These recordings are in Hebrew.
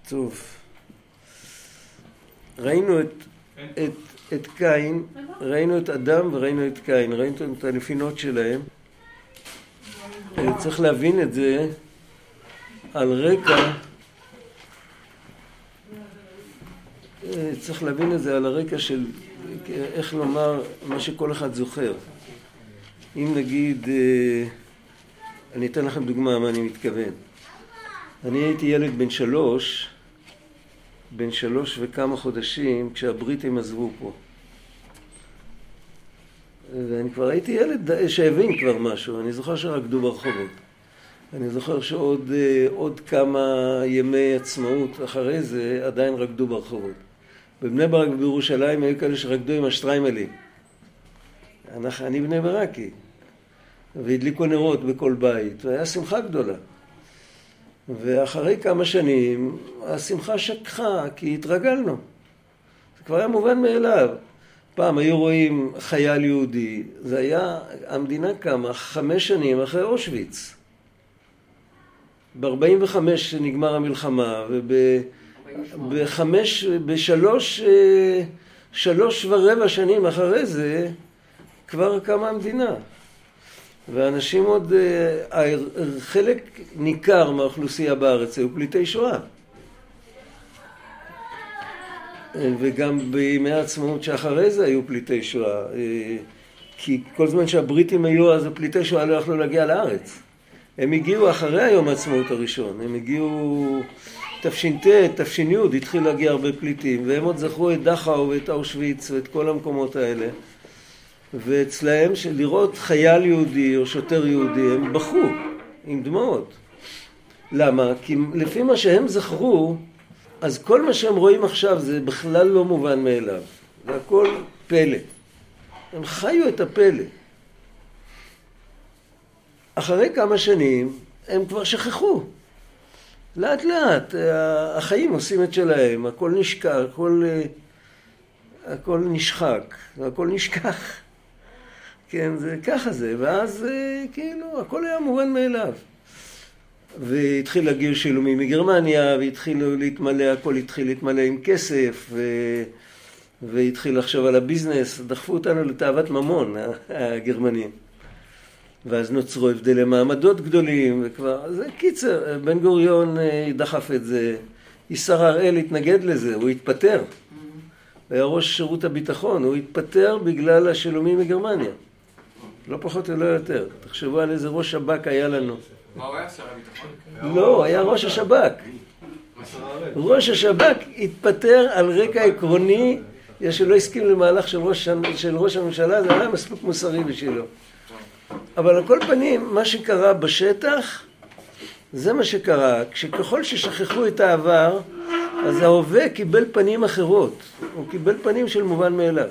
טוב. ראינו את קין, ראינו את אדם וראינו את קין, ראינו את הנפינות שלהם. צריך להבין את זה על רקע, צריך להבין את זה על הרקע של איך לומר מה שכל אחד זוכר. אם נגיד, אני אתן לכם דוגמה מה אני מתכוון. אני הייתי ילד בן שלוש וכמה חודשים כשהבריטים עזבו פה. ואני כבר הייתי ילד שהבין כבר משהו. אני זוכר שרקדו ברחובות. אני זוכר שעוד כמה ימי עצמאות אחרי זה עדיין רקדו ברחובות. בבני ברק ובירושלים היו כאלה שרקדו עם השטריימלים. אני בני ברקי. והדליקו נרות בכל בית. והיה שמחה גדולה. ואחרי כמה שנים השמחה שקחה כי התרגלנו. זה כבר היה מובן מאליו. פעם היו רואים חייל יהודי. זה היה, המדינה קמה 5 שנים אחרי אושוויץ. ב-45 נגמר המלחמה, בשלוש ורבע שנים אחרי זה כבר קמה המדינה. ואנשים עוד, חלק ניכר מהאוכלוסייה בארץ היו פליטי שואה. וגם בימי העצמאות שאחרי זה היו פליטי שואה. כי כל זמן שהבריטים היו, אז הפליטי שואה לא יכלו להגיע לארץ. הם הגיעו אחרי היום העצמאות הראשון. הם הגיעו תש"ט, תש"י, התחיל להגיע הרבה פליטים. והם עוד זכרו את דכאו ואת אושוויץ ואת כל המקומות האלה. ואצלהם לראות חייל יהודי או שוטר יהודי, הם בכו עם דמעות. למה? כי לפי מה שהם זכרו, אז כל מה שהם רואים עכשיו זה בכלל לא מובן מאליו. זה הכל פלא. הם חיו את הפלא. אחרי כמה שנים הם כבר שכחו. לאט לאט החיים עושים את שלהם, הכל נשכח, הכל נשחק, הכל נשכח. כן, זה ככה זה, ואז כאילו הכל היה מובן מאליו. והתחיל להגיע שילומים מגרמניה, והתחילו להתמלא, הכל התחיל להתמלא עם כסף, והתחיל לחשוב על הביזנס, דחפו אותנו לתאוות ממון, הגרמנים. ואז נוצרו הבדלי מעמדות גדולים, וכבר, זה קיצר, בן גוריון דחף את זה, ישר הראל התנגד לזה, הוא התפטר. היה ראש שירות הביטחון, הוא התפטר בגלל השילומים מגרמניה. לא פחות ולא יותר. תחשבו על איזה ראש שב"כ היה לנו. מה הוא היה, שר הביטחון? לא, היה ראש השב"כ. ראש השב"כ התפטר על רקע עקרוני, שלא הסכים למהלך של ראש הממשלה, זה היה מספיק מוסרי בשבילו. אבל על כל פנים, מה שקרה בשטח, זה מה שקרה. ככל ששכחו את העבר, אז ההווה קיבל פנים אחרות. הוא קיבל פנים של מובן מאליו.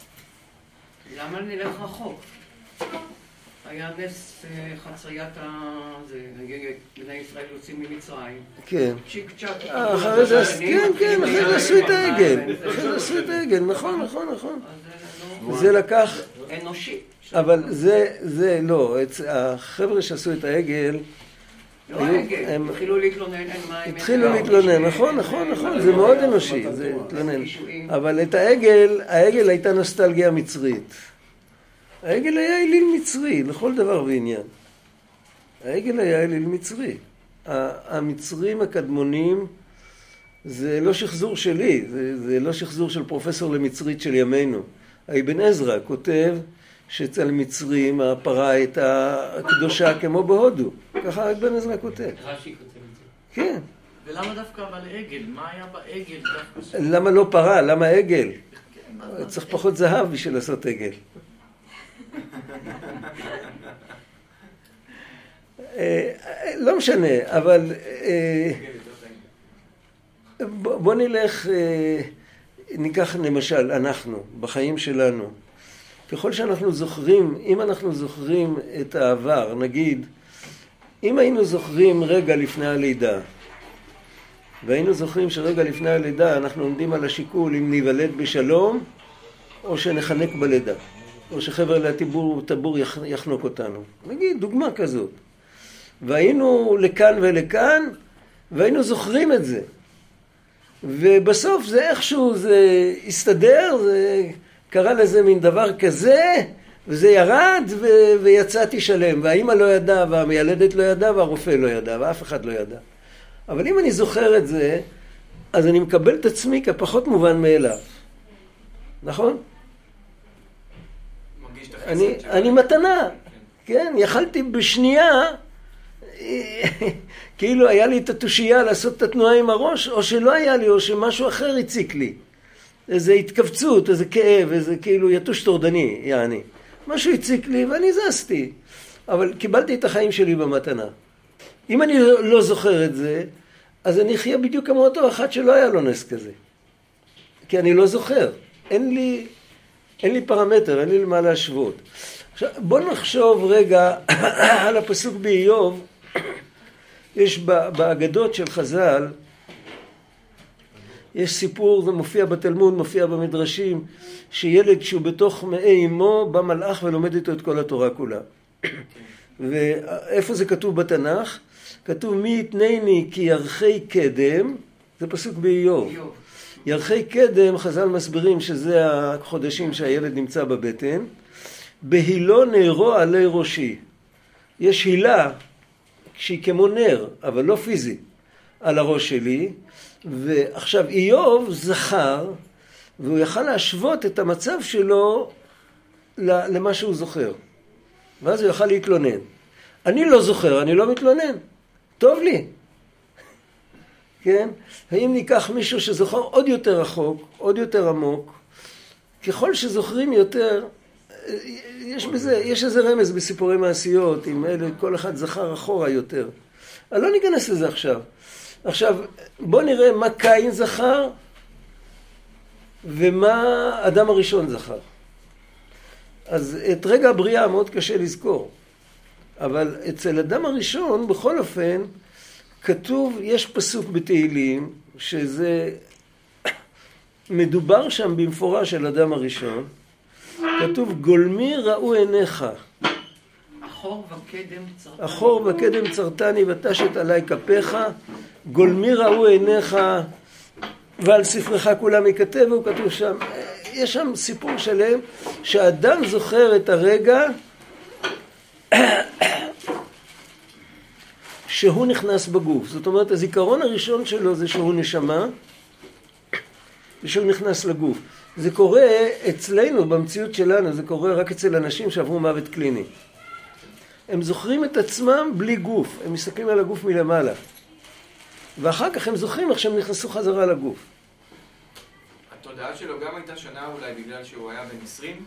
למה נלך רחוק? היה נס חציית בני ישראל יוצאים ממצרים. כן. צ'יק צ'אק. אחרי זה, כן, אחרי זה עשו את העגל. נכון. זה לקח... אנושי. אבל זה לא, החבר'ה שעשו את העגל... לא העגל, התחילו להתלונן, נכון, זה מאוד אנושי, זה להתלונן. אבל את העגל הייתה נוסטלגיה מצרית. העגל היה אליל מצרי, לכל דבר ועניין. העגל היה אליל מצרי. המצרים הקדמונים זה לא שחזור שלי, זה לא שחזור של פרופסור למצרית של ימינו. אבן עזרא כותב שאצל מצרים הפרה הייתה הקדושה כמו בהודו. ככה אבן עזרא כותב. רש"י כותב את זה. כן. ולמה דווקא אבל עגל? מה היה בעגל דווקא? למה לא פרה? למה עגל? צריך פחות זהב בשביל לעשות עגל. לא משנה, אבל בוא נלך, ניקח למשל אנחנו, בחיים שלנו. ככל שאנחנו זוכרים, אם אנחנו זוכרים את העבר, נגיד, אם היינו זוכרים רגע לפני הלידה, והיינו זוכרים שרגע לפני הלידה אנחנו עומדים על השיקול אם ניוולד בשלום, או שנחנק בלידה, או שחבר הטבור יחנוק אותנו. נגיד, דוגמה כזאת. והיינו לכאן ולכאן, והיינו זוכרים את זה. ובסוף זה איכשהו, זה הסתדר, זה קרה לזה מין דבר כזה, וזה ירד ויצאתי שלם, והאמא לא ידעה, והמיילדת לא ידעה, והרופא לא ידע, ואף אחד לא ידע. אבל אם אני זוכר את זה, אז אני מקבל את עצמי כפחות מובן מאליו. נכון? אני מתנה, כן? יכלתי בשנייה, כאילו היה לי את התושייה לעשות את התנועה עם הראש, או שלא היה לי, או שמשהו אחר הציק לי. איזו התכווצות, איזה כאב, איזה כאילו יתוש טורדני, יעני. משהו הציק לי ואני זזתי. אבל קיבלתי את החיים שלי במתנה. אם אני לא זוכר את זה, אז אני אחיה בדיוק כמו אותו אחד שלא היה לו נס כזה. כי אני לא זוכר. אין לי פרמטר, אין לי למה להשוות. עכשיו, בוא נחשוב רגע על הפסוק באיוב. יש באגדות של חז"ל, יש סיפור, זה מופיע בתלמוד, מופיע במדרשים, שילד שהוא בתוך מעי אמו, בא מלאך ולומד איתו את כל התורה כולה. ואיפה זה כתוב בתנ"ך? כתוב מי יתנני כי ירחי קדם, זה פסוק באיוב. ירחי קדם, חז"ל מסבירים שזה החודשים שהילד נמצא בבטן. בהילו נרו עלי ראשי. יש הילה שהיא כמו נר, אבל לא פיזי, על הראש שלי. ועכשיו איוב זכר, והוא יכל להשוות את המצב שלו למה שהוא זוכר. ואז הוא יכל להתלונן. אני לא זוכר, אני לא מתלונן. טוב לי. כן? האם ניקח מישהו שזוכר עוד יותר רחוק, עוד יותר עמוק, ככל שזוכרים יותר, יש איזה רמז בסיפורי מעשיות, עם אלה, כל אחד זכר אחורה יותר. אבל לא ניכנס לזה עכשיו. עכשיו, בוא נראה מה קין זכר, ומה אדם הראשון זכר. אז את רגע הבריאה מאוד קשה לזכור. אבל אצל אדם הראשון, בכל אופן, כתוב, יש פסוק בתהילים, שזה מדובר שם במפורש על אדם הראשון, כתוב, גולמי ראו עיניך. אחור וקדם צרתני ותשת עלי כפיך, גולמי ראו עיניך, ועל ספרך כולם ייכתב, והוא כתוב שם, יש שם סיפור שלם, שהאדם זוכר את הרגע, שהוא נכנס בגוף. זאת אומרת, הזיכרון הראשון שלו זה שהוא נשמה, ושהוא נכנס לגוף. זה קורה אצלנו, במציאות שלנו, זה קורה רק אצל אנשים שעברו מוות קליני. הם זוכרים את עצמם בלי גוף, הם מסתכלים על הגוף מלמעלה. ואחר כך הם זוכרים איך שהם נכנסו חזרה לגוף. התודעה שלו גם הייתה שנה אולי בגלל שהוא היה בן 20?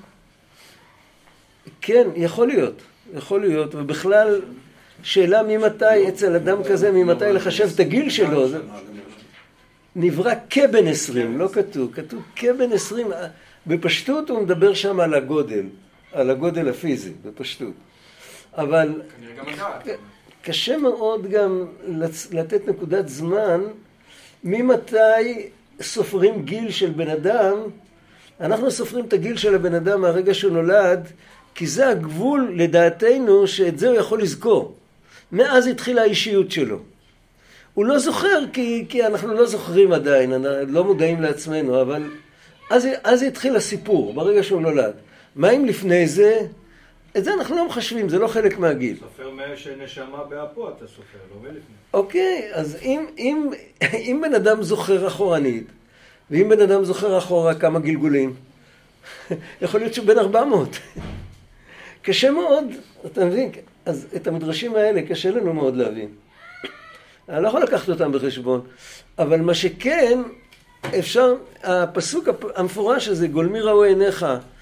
כן, יכול להיות, ובכלל שאלה ממתי אצל אדם כזה, ממתי לחשב את הגיל שלו, נברא כבן 20, לא כתוב כבן 20, בפשטות הוא מדבר שם על הגודל הפיזי, בפשטות. אבל קשה מאוד גם לתת נקודת זמן, ממתי סופרים גיל של בן אדם, אנחנו סופרים את הגיל של הבן אדם מהרגע שהוא נולד, כי זה הגבול לדעתנו שאת זה הוא יכול לזכור. מאז התחילה האישיות שלו. הוא לא זוכר כי אנחנו לא זוכרים עדיין, לא מודעים לעצמנו, אבל אז התחיל הסיפור, ברגע שהוא נולד. מה אם לפני זה? את זה אנחנו לא מחשבים, זה לא חלק מהגיל. סופר שנשמה באפו אתה סופר, לא מלפני. אוקיי, אז אם בן אדם זוכר אחורנית, ואם בן אדם זוכר אחורה כמה גלגולים, יכול להיות שהוא בן 400. קשה מאוד, אתה מבין? אז את המדרשים האלה קשה לנו מאוד להבין. אני לא יכול לקחת אותם בחשבון, אבל מה שכן, אפשר, הפסוק המפורש הזה, גולמי ראו עיניך,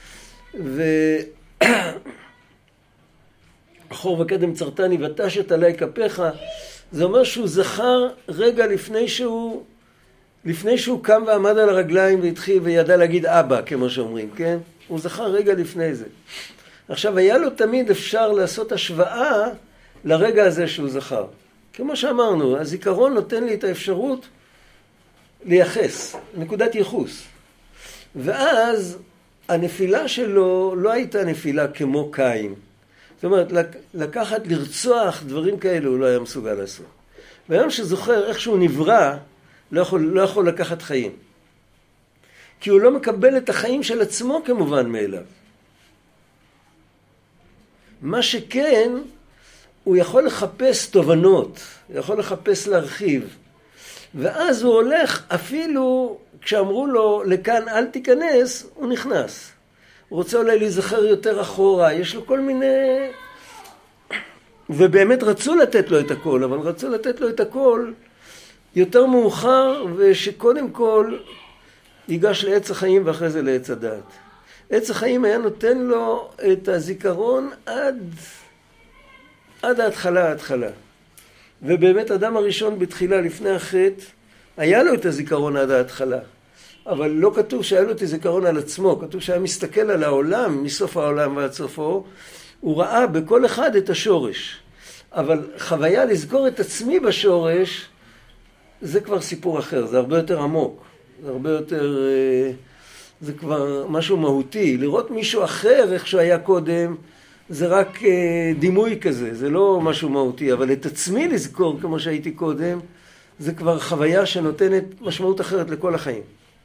אחור וקדם צרתני ותשת עלי כפיך, זה אומר שהוא זכר רגע לפני שהוא קם ועמד על הרגליים והתחיל וידע להגיד אבא, כמו שאומרים, כן? הוא זכר רגע לפני זה. עכשיו, היה לו תמיד אפשר לעשות השוואה לרגע הזה שהוא זכר. כמו שאמרנו, הזיכרון נותן לי את האפשרות לייחס, נקודת ייחוס. ואז הנפילה שלו לא הייתה נפילה כמו קין. זאת אומרת, לרצוח דברים כאלו הוא לא היה מסוגל לעשות. והיום שזוכר איך שהוא נברא, לא יכול לקחת חיים. כי הוא לא מקבל את החיים של עצמו כמובן מאליו. מה שכן, הוא יכול לחפש תובנות, יכול לחפש להרחיב. ואז הוא הולך, אפילו כשאמרו לו לכאן אל תיכנס, הוא נכנס. הוא רוצה אולי להיזכר יותר אחורה, יש לו כל מיני... ובאמת רצו לתת לו את הכל, אבל רצו לתת לו את הכל יותר מאוחר, ושקודם כל ייגש לעץ החיים ואחרי זה לעץ הדעת. עץ החיים היה נותן לו את הזיכרון עד ההתחלה. ובאמת אדם הראשון בתחילה לפני החטא, היה לו את הזיכרון עד ההתחלה. אבל לא כתוב שהיה לו את הזיכרון על עצמו, כתוב שהיה מסתכל על העולם, מסוף העולם ועד סופו, הוא ראה בכל אחד את השורש. אבל חוויה לזכור את עצמי בשורש, זה כבר סיפור אחר, זה הרבה יותר עמוק. זה הרבה יותר, זה כבר משהו מהותי. לראות מישהו אחר איך שהוא היה קודם, זה רק דימוי כזה, זה לא משהו מהותי. אבל את עצמי לזכור כמו שהייתי קודם, זה כבר חוויה שנותנת משמעות אחרת לכל החיים.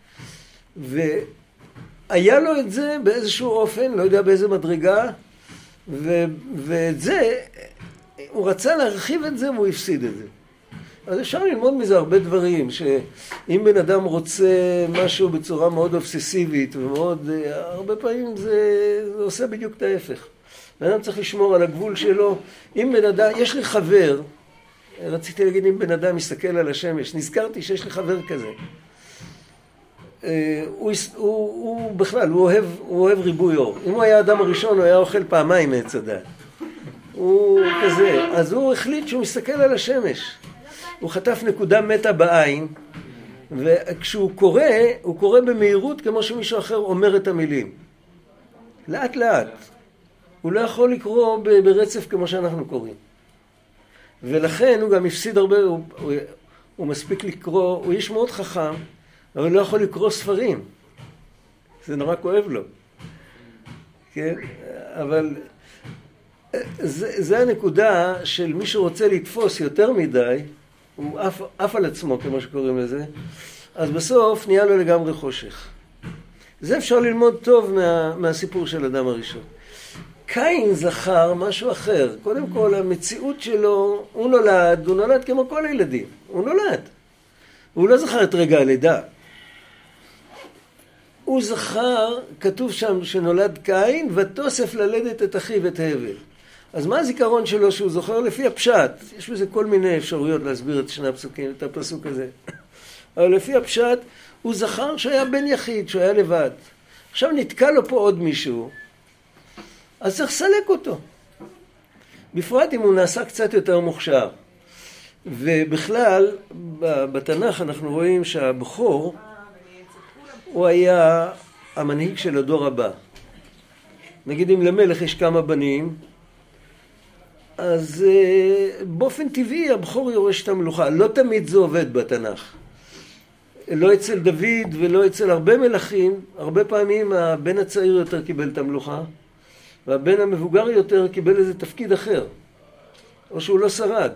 והיה לו את זה באיזשהו אופן, לא יודע באיזה מדרגה, ואת זה, הוא רצה להרחיב את זה והוא הפסיד את זה. אז אפשר ללמוד מזה הרבה דברים, שאם בן אדם רוצה משהו בצורה מאוד אובססיבית, ומאוד, הרבה פעמים זה עושה בדיוק את ההפך. בן אדם צריך לשמור על הגבול שלו. אם בן אדם, יש לי חבר, רציתי להגיד אם בן אדם מסתכל על השמש, נזכרתי שיש לי חבר כזה. הוא בכלל, הוא אוהב ריבוי אור. אם הוא היה האדם הראשון, הוא היה אוכל פעמיים מעץ הדעת. הוא כזה. אז הוא החליט שהוא מסתכל על השמש. הוא חטף נקודה מתה בעין, וכשהוא קורא, הוא קורא במהירות כמו שמישהו אחר אומר את המילים. לאט לאט. הוא לא יכול לקרוא ברצף כמו שאנחנו קוראים. ולכן הוא גם הפסיד הרבה, הוא מספיק לקרוא, הוא איש מאוד חכם, אבל לא יכול לקרוא ספרים. זה נורא כואב לו. כן? אבל זה הנקודה של מי שרוצה לתפוס יותר מדי, הוא אף על עצמו, כמו שקוראים לזה, אז בסוף נהיה לו לגמרי חושך. זה אפשר ללמוד טוב מהסיפור של אדם הראשון. קין זכר משהו אחר. קודם כל, המציאות שלו, הוא נולד כמו כל הילדים. הוא נולד. הוא לא זכר את רגע הלידה. הוא זכר, כתוב שם שנולד קין, ותוסף ללדת את אחיו את הבל. אז מה הזיכרון שלו שהוא זוכר לפי הפשט? יש בזה כל מיני אפשרויות להסביר את שני הפסוקים, את הפסוק הזה. אבל לפי הפשט, הוא זכר שהיה בן יחיד, שהוא היה לבד. עכשיו נתקע לו פה עוד מישהו, אז צריך לסלק אותו. בפרט אם הוא נעשה קצת יותר מוכשר. ובכלל, בתנ"ך אנחנו רואים שהבכור, הוא היה המנהיג של הדור הבא. נגיד אם למלך יש כמה בנים, אז באופן טבעי הבכור יורש את המלוכה. לא תמיד זה עובד בתנ"ך. לא אצל דוד ולא אצל הרבה מלכים. הרבה פעמים הבן הצעיר יותר קיבל את המלוכה, והבן המבוגר יותר קיבל איזה תפקיד אחר, או שהוא לא שרד.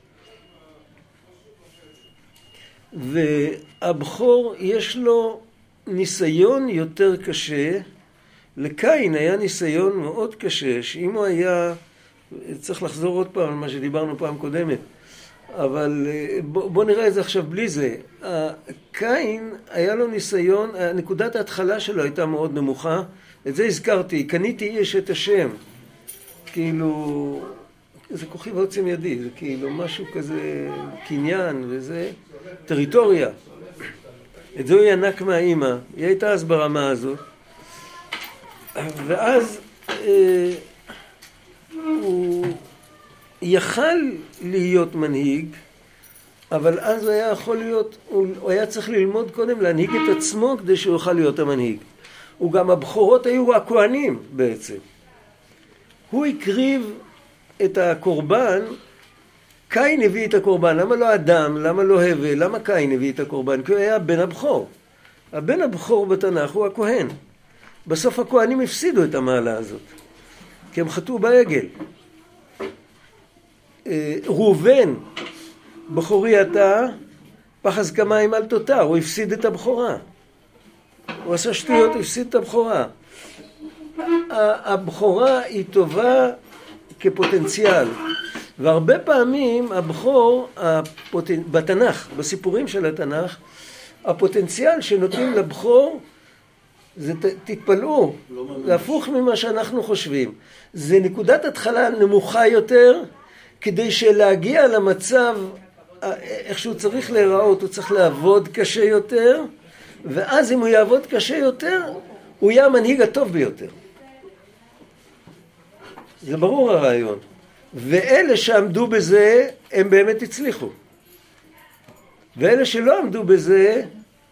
והבכור יש לו ניסיון יותר קשה. לקין היה ניסיון מאוד קשה, שאם הוא היה, צריך לחזור עוד פעם על מה שדיברנו פעם קודמת, אבל בוא נראה את זה עכשיו בלי זה. קין היה לו ניסיון, נקודת ההתחלה שלו הייתה מאוד נמוכה, את זה הזכרתי, קניתי איש את השם, כאילו, זה כוחי ועוצם ידי, זה כאילו משהו כזה, קניין וזה, טריטוריה. את זה הוא ינק מהאימא, היא הייתה אז ברמה הזאת, ואז הוא יכל להיות מנהיג, אבל אז הוא היה יכול להיות, הוא היה צריך ללמוד קודם להנהיג את עצמו כדי שהוא יוכל להיות המנהיג. וגם הבכורות היו הכהנים בעצם. הוא הקריב את הקורבן, קין הביא את הקורבן. למה לא אדם? למה לא הבל? למה קין הביא את הקורבן? כי הוא היה בן הבכור. הבן הבכור בתנ"ך הוא הכהן. בסוף הכהנים הפסידו את המעלה הזאת, כי הם חטאו בעגל. ראובן, בכורי אתה, פחז כמים על תותר, הוא הפסיד את הבכורה. הוא עשה שטויות, הוא הפסיד את הבכורה. הבכורה היא טובה כפוטנציאל, והרבה פעמים הבכור בתנ"ך, בסיפורים של התנ"ך, הפוטנציאל שנותנים לבכור, זה תתפלאו, זה הפוך ממה שאנחנו חושבים. זה נקודת התחלה נמוכה יותר, כדי שלהגיע למצב איך שהוא צריך להיראות, הוא צריך לעבוד קשה יותר, ואז אם הוא יעבוד קשה יותר, הוא יהיה המנהיג הטוב ביותר. זה ברור הרעיון. ואלה שעמדו בזה, הם באמת הצליחו. ואלה שלא עמדו בזה,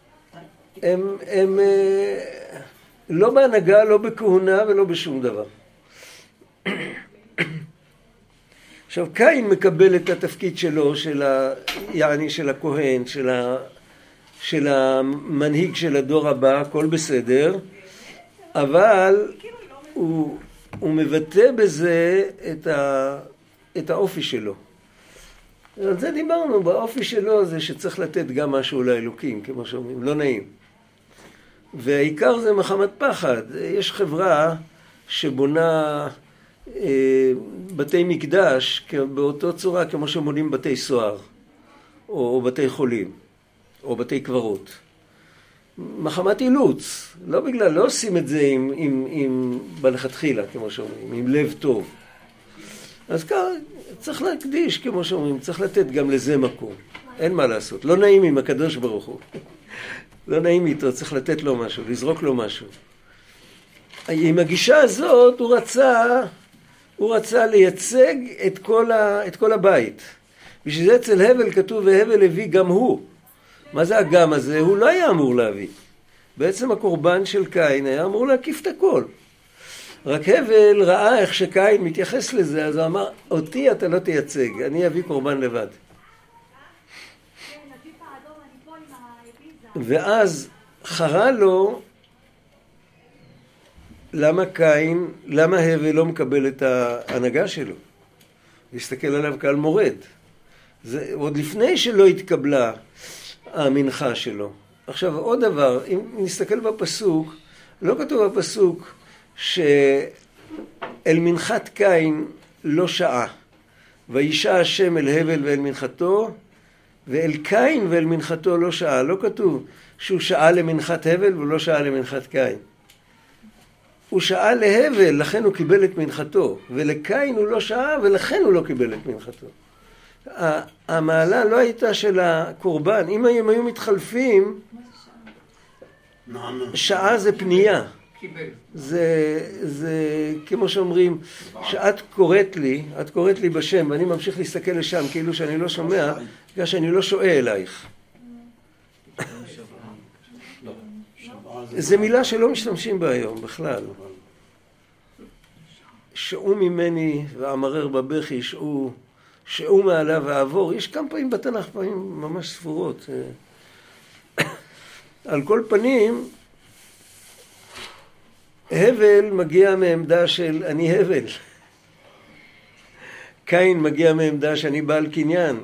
הם לא בהנהגה, לא בכהונה ולא בשום דבר. עכשיו, קין מקבל את התפקיד שלו, של הכהן, של המנהיג של הדור הבא, הכל בסדר, אבל הוא מבטא בזה את האופי שלו. על זה דיברנו, באופי שלו זה שצריך לתת גם משהו לאלוקים, כמו שאומרים, לא נעים. והעיקר זה מחמת פחד. יש חברה שבונה בתי מקדש באותו צורה כמו שמונים בתי סוהר, או בתי חולים, או בתי קברות. מחמת אילוץ, לא בגלל, לא עושים את זה עם בלכתחילה, כמו שאומרים, עם לב טוב. אז כך, צריך להקדיש, כמו שאומרים, צריך לתת גם לזה מקום. אין מה לעשות, לא נעים עם הקדוש ברוך הוא. לא נעים איתו, צריך לתת לו משהו, לזרוק לו משהו. עם הגישה הזאת הוא רצה לייצג את כל הבית. בשביל זה אצל הבל כתוב, והבל הביא גם הוא. מה זה הגם הזה? הוא לא היה אמור להביא. בעצם הקורבן של קין היה אמור להקיף את הכל. רק הבל ראה איך שקין מתייחס לזה, אז הוא אמר, אותי אתה לא תייצג, אני אביא קורבן לבד. ואז חרה לו למה הבל לא מקבל את ההנהגה שלו. להסתכל עליו כעל מורד. זה עוד לפני שלא התקבלה המנחה שלו. עכשיו עוד דבר, אם נסתכל בפסוק, לא כתוב בפסוק שאל מנחת קין לא שעה. וישע השם אל הבל ואל מנחתו, ואל קין ואל מנחתו לא שעה. לא כתוב שהוא שעה למנחת הבל ולא שעה למנחת קין. הוא שעה להבל, לכן הוא קיבל את מנחתו, ולקין הוא לא שעה ולכן הוא לא קיבל את מנחתו. המעלה לא הייתה של הקורבן. אם הם היו מתחלפים, שעה זה פנייה. זה כמו שאומרים, שאת קוראת לי בשם, ואני ממשיך להסתכל לשם כאילו שאני לא שומע, בגלל שאני לא שועה אלייך. זה מילה שלא משתמשים בה היום בכלל. שאו ממני ואמרר בבכי, שאו מעלה ועבור. יש כמה פעמים בתנ"ך, פעמים ממש ספורות. על כל פנים, הבל מגיע מעמדה של אני הבל. קין מגיע מעמדה שאני בעל קניין.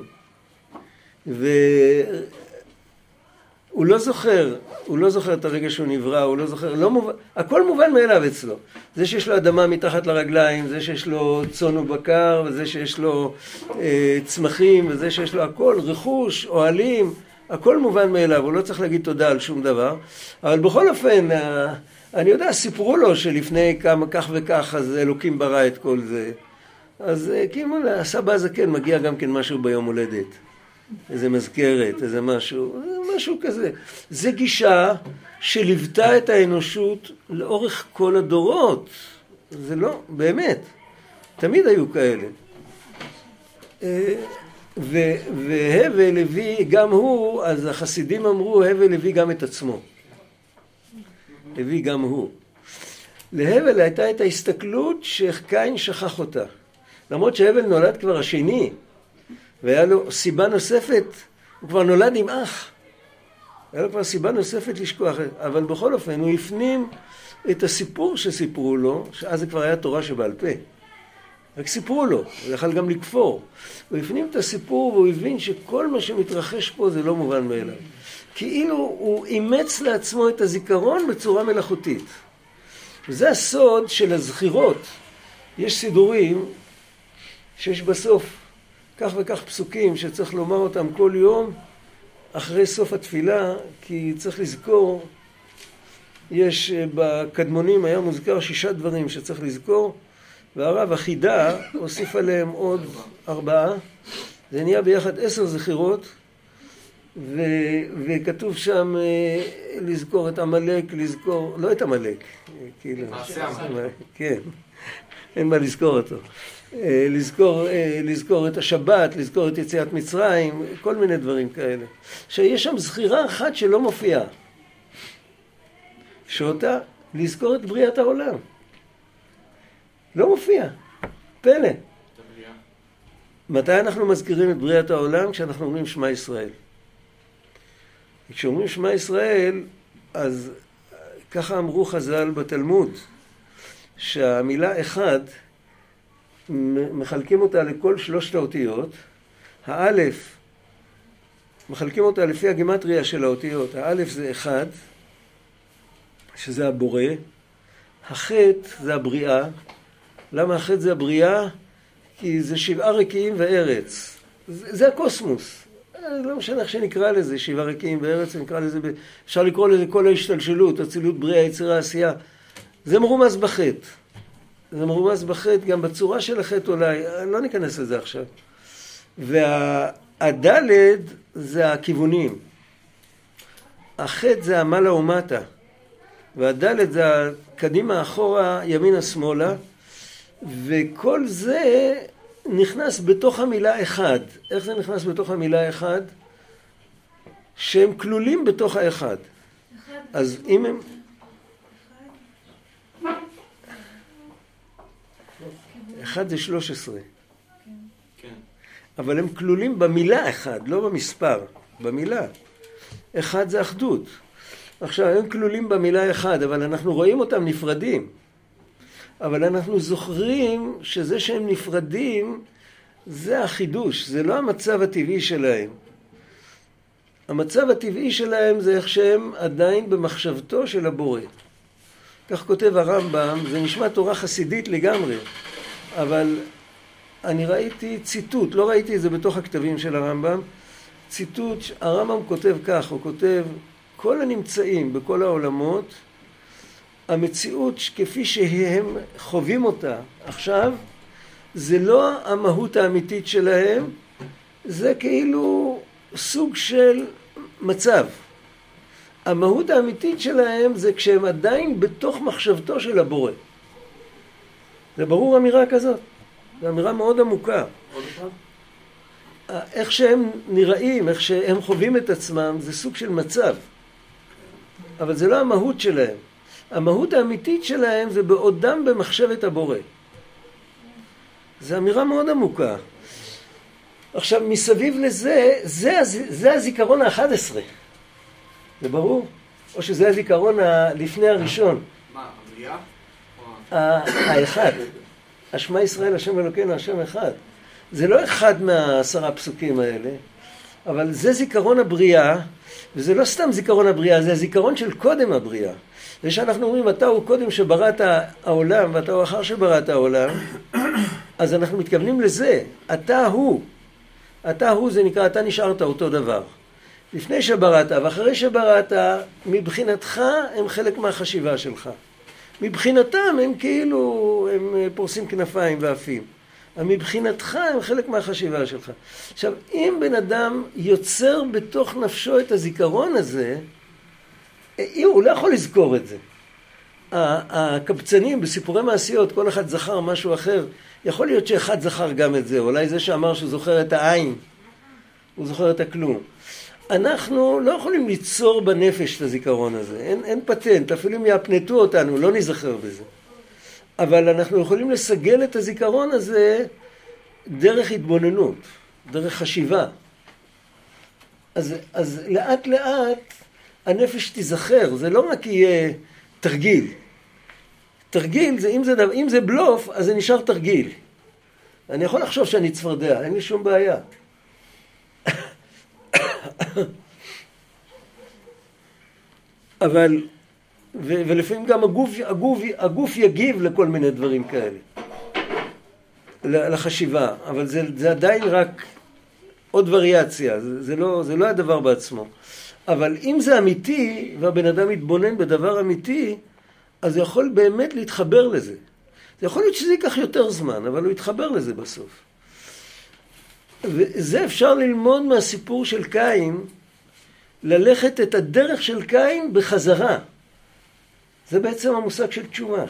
הוא לא זוכר את הרגע שהוא נברא, הוא לא זוכר, הכל מובן מאליו אצלו. זה שיש לו אדמה מתחת לרגליים, זה שיש לו צאן ובקר, וזה שיש לו צמחים, וזה שיש לו הכל, רכוש, אוהלים, הכל מובן מאליו, הוא לא צריך להגיד תודה על שום דבר. אבל בכל אופן, אני יודע, סיפרו לו שלפני כך וכך, אז אלוקים ברא את כל זה. אז כאילו, הסבא הזה כן, מגיע גם כן משהו ביום הולדת. איזה מזכרת, איזה משהו כזה. זה גישה שליוותה את האנושות לאורך כל הדורות. זה לא, באמת. תמיד היו כאלה. והבל הביא גם הוא, אז החסידים אמרו, הבל הביא גם את עצמו. הביא גם הוא. להבל הייתה את ההסתכלות שקין שכח אותה. למרות שהבל נולד כבר השני, והיה לו סיבה נוספת, הוא כבר נולד עם אח. היה לו כבר סיבה נוספת לשכוח, אבל בכל אופן הוא הפנים את הסיפור שסיפרו לו, שאז זה כבר היה תורה שבעל פה. רק סיפרו לו, הוא יכל גם לכפור. הוא הפנים את הסיפור והוא הבין שכל מה שמתרחש פה זה לא מובן מאליו. כאילו הוא אימץ לעצמו את הזיכרון בצורה מלאכותית. וזה הסוד של הזכירות. יש סידורים שיש בסוף כך וכך פסוקים שצריך לומר אותם כל יום אחרי סוף התפילה, כי צריך לזכור, יש בקדמונים היה מוזכר 6 דברים שצריך לזכור, והרב החידה הוסיף עליהם עוד 4, זה נהיה ביחד 10 זכירות, וכתוב שם לזכור את עמלק, לזכור, לא את עמלק, כאילו, כן, אין מה לזכור אותו. לזכור את השבת, לזכור את יציאת מצרים, כל מיני דברים כאלה. שיש שם זכירה אחת שלא מופיעה, שאותה לזכור את בריאת העולם. לא מופיע. פלא. מתי אנחנו מזכירים את בריאת העולם? כשאנחנו אומרים שמע ישראל. כשאומרים שמע ישראל, אז ככה אמרו חז"ל בתלמוד, שהמילה אחד מחלקים אותה לכל 3 האותיות. האלף מחלקים אותה לפי הגימטריה של האותיות. האלף זה 1, שזה הבורא. החטא זה הבריאה. למה החטא זה הבריאה? כי זה 7 רקיעים וארץ. זה הקוסמוס. לא משנה איך שנקרא לזה, 7 רקיעים וארץ, נקרא לזה, אפשר לקרוא לזה כל ההשתלשלות, אצילות, בריאה, יצירה, עשייה. זה מרומז בחטא. זה מרומז בחטא, גם בצורה של החטא אולי, לא ניכנס לזה עכשיו. והדלת זה הכיוונים. החטא זה המעלה ומטה. והדלת זה קדימה, אחורה, ימינה, שמאלה. וכל זה נכנס בתוך המילה אחד. איך זה נכנס בתוך המילה אחד? שהם כלולים בתוך האחד. אז אם הם... אחד זה 13. כן. אבל הם כלולים במילה אחד, לא במספר, במילה. אחד זה אחדות. עכשיו, הם כלולים במילה אחד, אבל אנחנו רואים אותם נפרדים. אבל אנחנו זוכרים שזה שהם נפרדים, זה החידוש, זה לא המצב הטבעי שלהם. המצב הטבעי שלהם זה איך שהם עדיין במחשבתו של הבורא. כך כותב הרמב"ם, זה נשמע תורה חסידית לגמרי, אבל אני ראיתי ציטוט, לא ראיתי את זה בתוך הכתבים של הרמב"ם, ציטוט, הרמב"ם כותב כך, הוא כותב, כל הנמצאים בכל העולמות, המציאות כפי שהם חווים אותה עכשיו, זה לא המהות האמיתית שלהם, זה כאילו סוג של מצב. המהות האמיתית שלהם זה כשהם עדיין בתוך מחשבתו של הבורא. זה ברור אמירה כזאת. זו אמירה מאוד עמוקה. איך שהם נראים, איך שהם חווים את עצמם, זה סוג של מצב. אבל זה לא המהות שלהם. המהות האמיתית שלהם זה בעודם במחשבת הבורא. זו אמירה מאוד עמוקה. עכשיו, מסביב לזה, זה הזיכרון ה-11. זה ברור? או שזה הזיכרון לפני הראשון? מה, הבריאה? האחד. השמע ישראל, השם אלוקינו, השם אחד. זה לא אחד מה10 פסוקים האלה, אבל זה זיכרון הבריאה, וזה לא סתם זיכרון הבריאה, זה הזיכרון של קודם הבריאה. זה שאנחנו אומרים, אתה הוא קודם שבראת העולם, ואתה הוא אחר שבראת העולם, אז אנחנו מתכוונים לזה. אתה הוא. אתה הוא, זה נקרא, אתה נשארת אותו דבר. לפני שבראת ואחרי שבראת, מבחינתך הם חלק מהחשיבה שלך. מבחינתם הם כאילו, הם פורסים כנפיים ועפים. מבחינתך הם חלק מהחשיבה שלך. עכשיו, אם בן אדם יוצר בתוך נפשו את הזיכרון הזה, הוא לא יכול לזכור את זה. הקבצנים בסיפורי מעשיות, כל אחד זכר משהו אחר. יכול להיות שאחד זכר גם את זה. אולי זה שאמר שהוא זוכר את העין, הוא זוכר את הכלום. אנחנו לא יכולים ליצור בנפש את הזיכרון הזה. אין פטנט, אפילו אם יפנטו אותנו, לא נזכר בזה. אבל אנחנו יכולים לסגל את הזיכרון הזה דרך התבוננות, דרך חשיבה. אז לאט לאט הנפש תיזכר, זה לא רק יהיה תרגיל. תרגיל זה, אם זה בלוף, אז זה נשאר תרגיל. אני יכול לחשוב שאני צפרדע, אין לי שום בעיה. אבל, ולפעמים גם הגוף יגיב לכל מיני דברים כאלה, לחשיבה, אבל זה עדיין רק עוד וריאציה, זה לא הדבר בעצמו. אבל אם זה אמיתי, והבן אדם מתבונן בדבר אמיתי, אז הוא יכול באמת להתחבר לזה. זה יכול להיות שזה ייקח יותר זמן, אבל הוא יתחבר לזה בסוף. וזה אפשר ללמוד מהסיפור של קין, ללכת את הדרך של קין בחזרה. זה בעצם המושג של תשובה.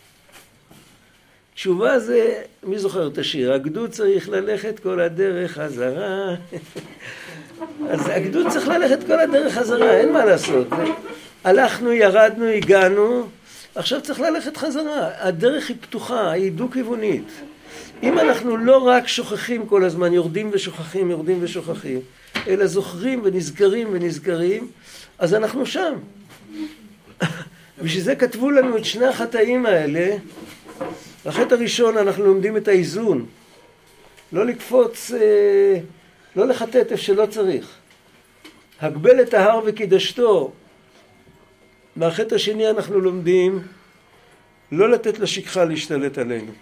תשובה זה, מי זוכר את השיר? הגדוד צריך ללכת כל הדרך חזרה. אז הגדוד צריך ללכת כל הדרך חזרה, אין מה לעשות. הלכנו, ירדנו, הגענו, עכשיו צריך ללכת חזרה. הדרך היא פתוחה, היא דו-כיוונית. אם אנחנו לא רק שוכחים כל הזמן, יורדים ושוכחים, אלא זוכרים ונזכרים, אז אנחנו שם. בשביל זה כתבו לנו את שני החטאים האלה. החטא הראשון אנחנו לומדים את האיזון. לא לקפוץ, לא לחטט איפה שלא צריך. הגבל את ההר וקידשתו. מהחטא השני אנחנו לומדים לא לתת לשכחה להשתלט עלינו.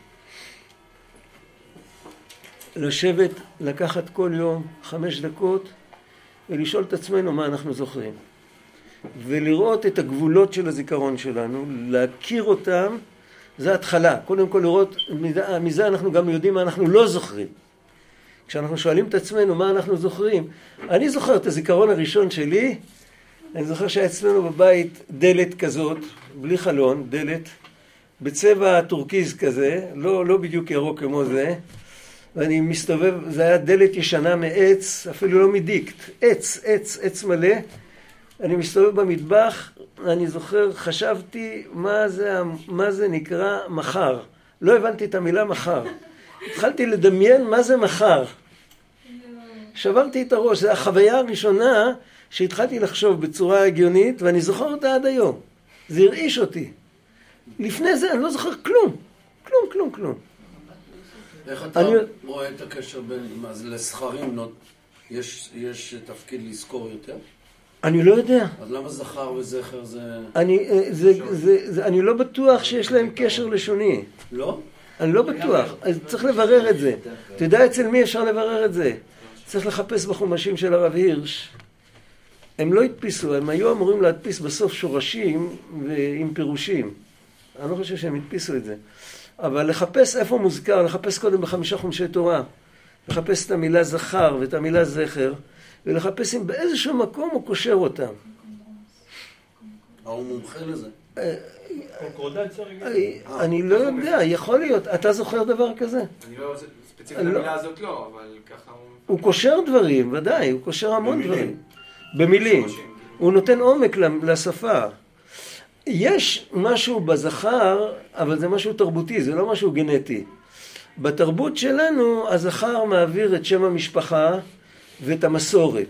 לשבת, לקחת כל יום 5 דקות ולשאול את עצמנו מה אנחנו זוכרים. ולראות את הגבולות של הזיכרון שלנו, להכיר אותם, זה התחלה. קודם כל לראות, מזה אנחנו גם יודעים מה אנחנו לא זוכרים. כשאנחנו שואלים את עצמנו מה אנחנו זוכרים, אני זוכר את הזיכרון הראשון שלי, אני זוכר שהיה אצלנו בבית דלת כזאת, בלי חלון, דלת, בצבע טורקיז כזה, לא בדיוק ירוק כמו זה, ואני מסתובב, זה היה דלת ישנה מעץ, אפילו לא מדיקט, עץ מלא, אני מסתובב במטבח, אני זוכר, חשבתי מה זה נקרא מחר. לא הבנתי את המילה מחר. התחלתי לדמיין מה זה מחר. שברתי את הראש, זו החוויה הראשונה שהתחלתי לחשוב בצורה הגיונית, ואני זוכר אותה עד היום. זה הרעיש אותי. לפני זה אני לא זוכר כלום. כלום. איך אתה רואה את הקשר בין, לזכרים יש תפקיד לזכור יותר? אני לא יודע. אז למה זכר וזכר זה... אני לא בטוח שיש להם קשר לשוני. לא? אני לא בטוח. אז צריך לברר את זה. אתה יודע אצל מי אפשר לברר את זה? צריך לחפש בחומשים של הרב הירש. הם לא הדפיסו, הם היו אמורים להדפיס בסוף שורשים ועם פירושים. אני לא חושב שהם הדפיסו את זה. אבל לחפש איפה מוזכר, לחפש קודם ב5 חומשי תורה. לחפש את המילה זכר ואת המילה זכר. ולחפש אם באיזשהו מקום הוא קושר אותם. הוא מומחה לזה. אני לא יודע, יכול להיות. אתה זוכר דבר כזה? אני לא, ספציפית המילה הזאת לא, אבל ככה הוא קושר דברים, ודאי, הוא קושר המון דברים. במילים. הוא נותן עומק לשפה. יש משהו בזכר, אבל זה משהו תרבותי, זה לא משהו גנטי. בתרבות שלנו, הזכר מעביר את שם המשפחה, ואת המסורת.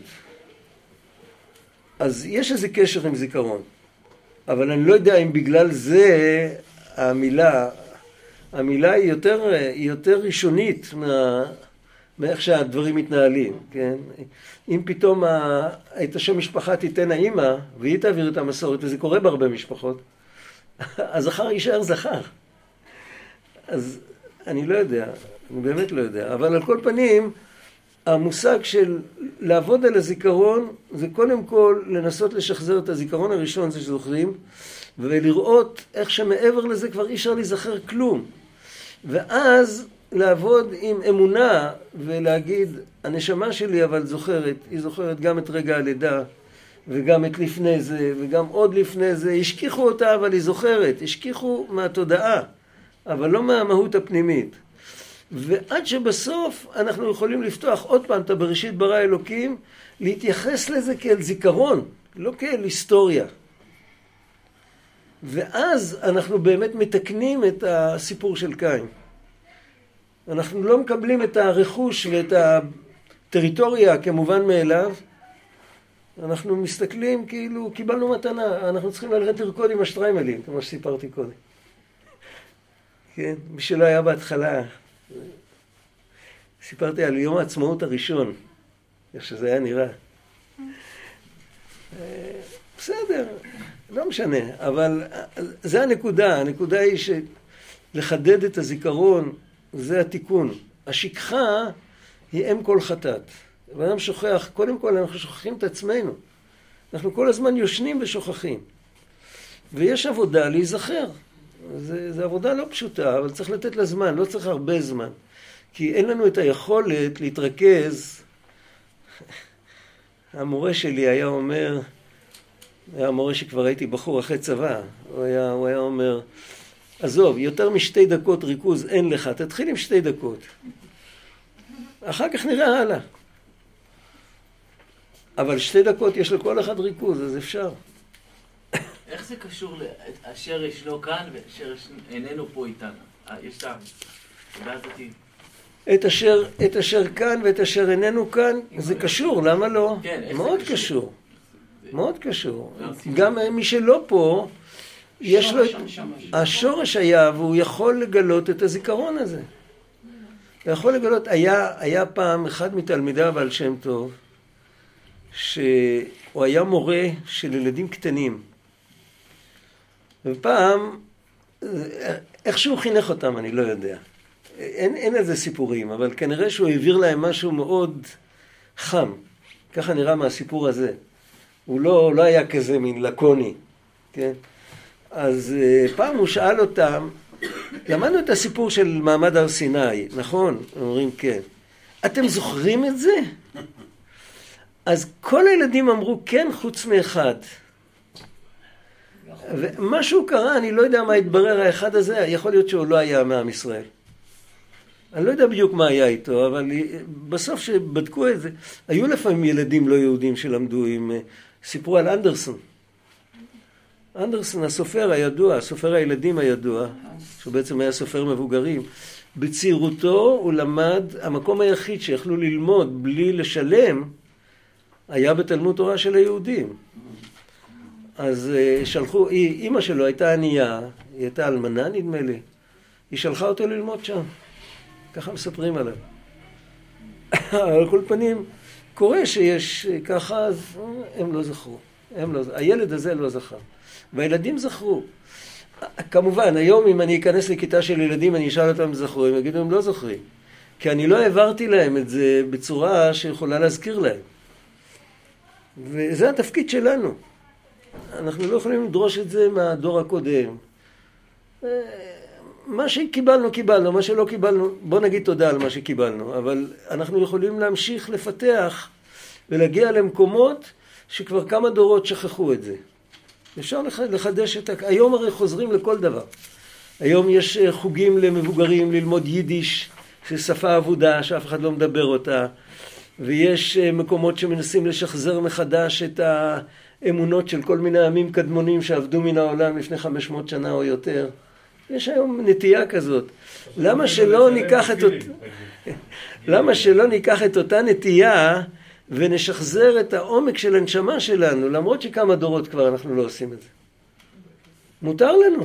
אז יש איזה קשר עם זיכרון. אבל אני לא יודע אם בגלל זה המילה היא יותר ראשונית מאיך שהדברים מתנהלים, כן? אם פתאום את השם משפחה תיתן האמא, והיא תעביר את המסורת, וזה קורה בהרבה משפחות, הזכר יישאר זכר. אז אני לא יודע, אני באמת לא יודע. אבל על כל פנים, המושג של לעבוד על הזיכרון זה קודם כל לנסות לשחזר את הזיכרון הראשון זה שזוכרים ולראות איך שמעבר לזה כבר אי אפשר להיזכר כלום ואז לעבוד עם אמונה ולהגיד הנשמה שלי אבל זוכרת, היא זוכרת גם את רגע הלידה וגם את לפני זה וגם עוד לפני זה, השכיחו אותה אבל היא זוכרת, השכיחו מהתודעה אבל לא מהמהות הפנימית ועד שבסוף אנחנו יכולים לפתוח עוד פעם את הבראשית ברא אלוקים, להתייחס לזה כאל זיכרון, לא כאל היסטוריה. ואז אנחנו באמת מתקנים את הסיפור של קין. אנחנו לא מקבלים את הרכוש ואת הטריטוריה כמובן מאליו, אנחנו מסתכלים כאילו קיבלנו מתנה, אנחנו צריכים ללכת לרקוד עם השטריימלים, כמו שסיפרתי קודם. כן, מי שלא היה בהתחלה... סיפרתי על יום העצמאות הראשון, איך שזה היה נראה. בסדר, לא משנה, אבל זה הנקודה. הנקודה היא שלחדד את הזיכרון, זה התיקון. השכחה היא אם כל חטאת. ואדם שוכח, קודם כל אנחנו שוכחים את עצמנו. אנחנו כל הזמן יושנים ושוכחים. ויש עבודה להיזכר. זה עבודה לא פשוטה, אבל צריך לתת לה זמן, לא צריך הרבה זמן. כי אין לנו את היכולת להתרכז. המורה שלי היה אומר, היה המורה שכבר הייתי בחור אחרי צבא, הוא היה אומר, עזוב, יותר מ2 דקות ריכוז אין לך, תתחיל עם 2 דקות. אחר כך נראה הלאה. אבל 2 דקות יש לכל אחד ריכוז, אז אפשר. איך זה קשור לאשר ישנו כאן ואשר איננו פה איתנו? יש את הדעה הזאת. את אשר כאן ואת אשר איננו כאן, זה קשור, למה לא? כן, מאוד קשור. מאוד קשור. גם מי שלא פה, יש לו... השורש היה, והוא יכול לגלות את הזיכרון הזה. הוא יכול לגלות, היה פעם אחד מתלמידיו בעל שם טוב, שהוא היה מורה של ילדים קטנים. ופעם, איך שהוא חינך אותם, אני לא יודע. אין על זה סיפורים, אבל כנראה שהוא העביר להם משהו מאוד חם. ככה נראה מהסיפור הזה. הוא לא היה כזה מין לקוני, כן? אז פעם הוא שאל אותם, למדנו את הסיפור של מעמד הר סיני, נכון? אומרים כן. אתם זוכרים את זה? אז כל הילדים אמרו כן חוץ מאחד. ומשהו קרה, אני לא יודע מה התברר האחד הזה, יכול להיות שהוא לא היה מעם ישראל. אני לא יודע בדיוק מה היה איתו, אבל בסוף שבדקו את זה, היו לפעמים ילדים לא יהודים שלמדו עם... סיפרו על אנדרסון. אנדרסון, הסופר הידוע, סופר הילדים הידוע, שהוא בעצם היה סופר מבוגרים. בצעירותו הוא למד, המקום היחיד שיכלו ללמוד בלי לשלם, היה בתלמוד תורה של היהודים. אז שלחו, אמא שלו הייתה ענייה, היא הייתה אלמנה נדמה לי, היא שלחה אותו ללמוד שם. ככה מספרים עליו. על כל פנים, קורה שיש ככה, אז הם לא זכרו. הילד הזה לא זכר. והילדים זכרו. כמובן, היום אם אני אכנס לכיתה של ילדים, אני אשאל אותם זכרו, הם יגידו, הם לא זוכרים. כי אני לא העברתי להם את זה בצורה שיכולה להזכיר להם. וזה התפקיד שלנו. אנחנו לא יכולים לדרוש את זה מהדור הקודם. מה שקיבלנו, קיבלנו. מה שלא קיבלנו, בוא נגיד תודה על מה שקיבלנו. אבל אנחנו יכולים להמשיך לפתח ולהגיע למקומות שכבר כמה דורות שכחו את זה. אפשר לחדש את... היום הרי חוזרים לכל דבר. היום יש חוגים למבוגרים ללמוד יידיש, ששפה עבודה, שאף אחד לא מדבר אותה. ויש מקומות שמנסים לשחזר מחדש את האמונות של כל מיני עמים קדמונים שעבדו מן העולם לפני 500 שנה או יותר. יש היום נטייה כזאת. למה שלא ניקח את אותה נטייה ונשחזר את העומק של הנשמה שלנו, למרות שכמה דורות כבר אנחנו לא עושים את זה. מותר לנו.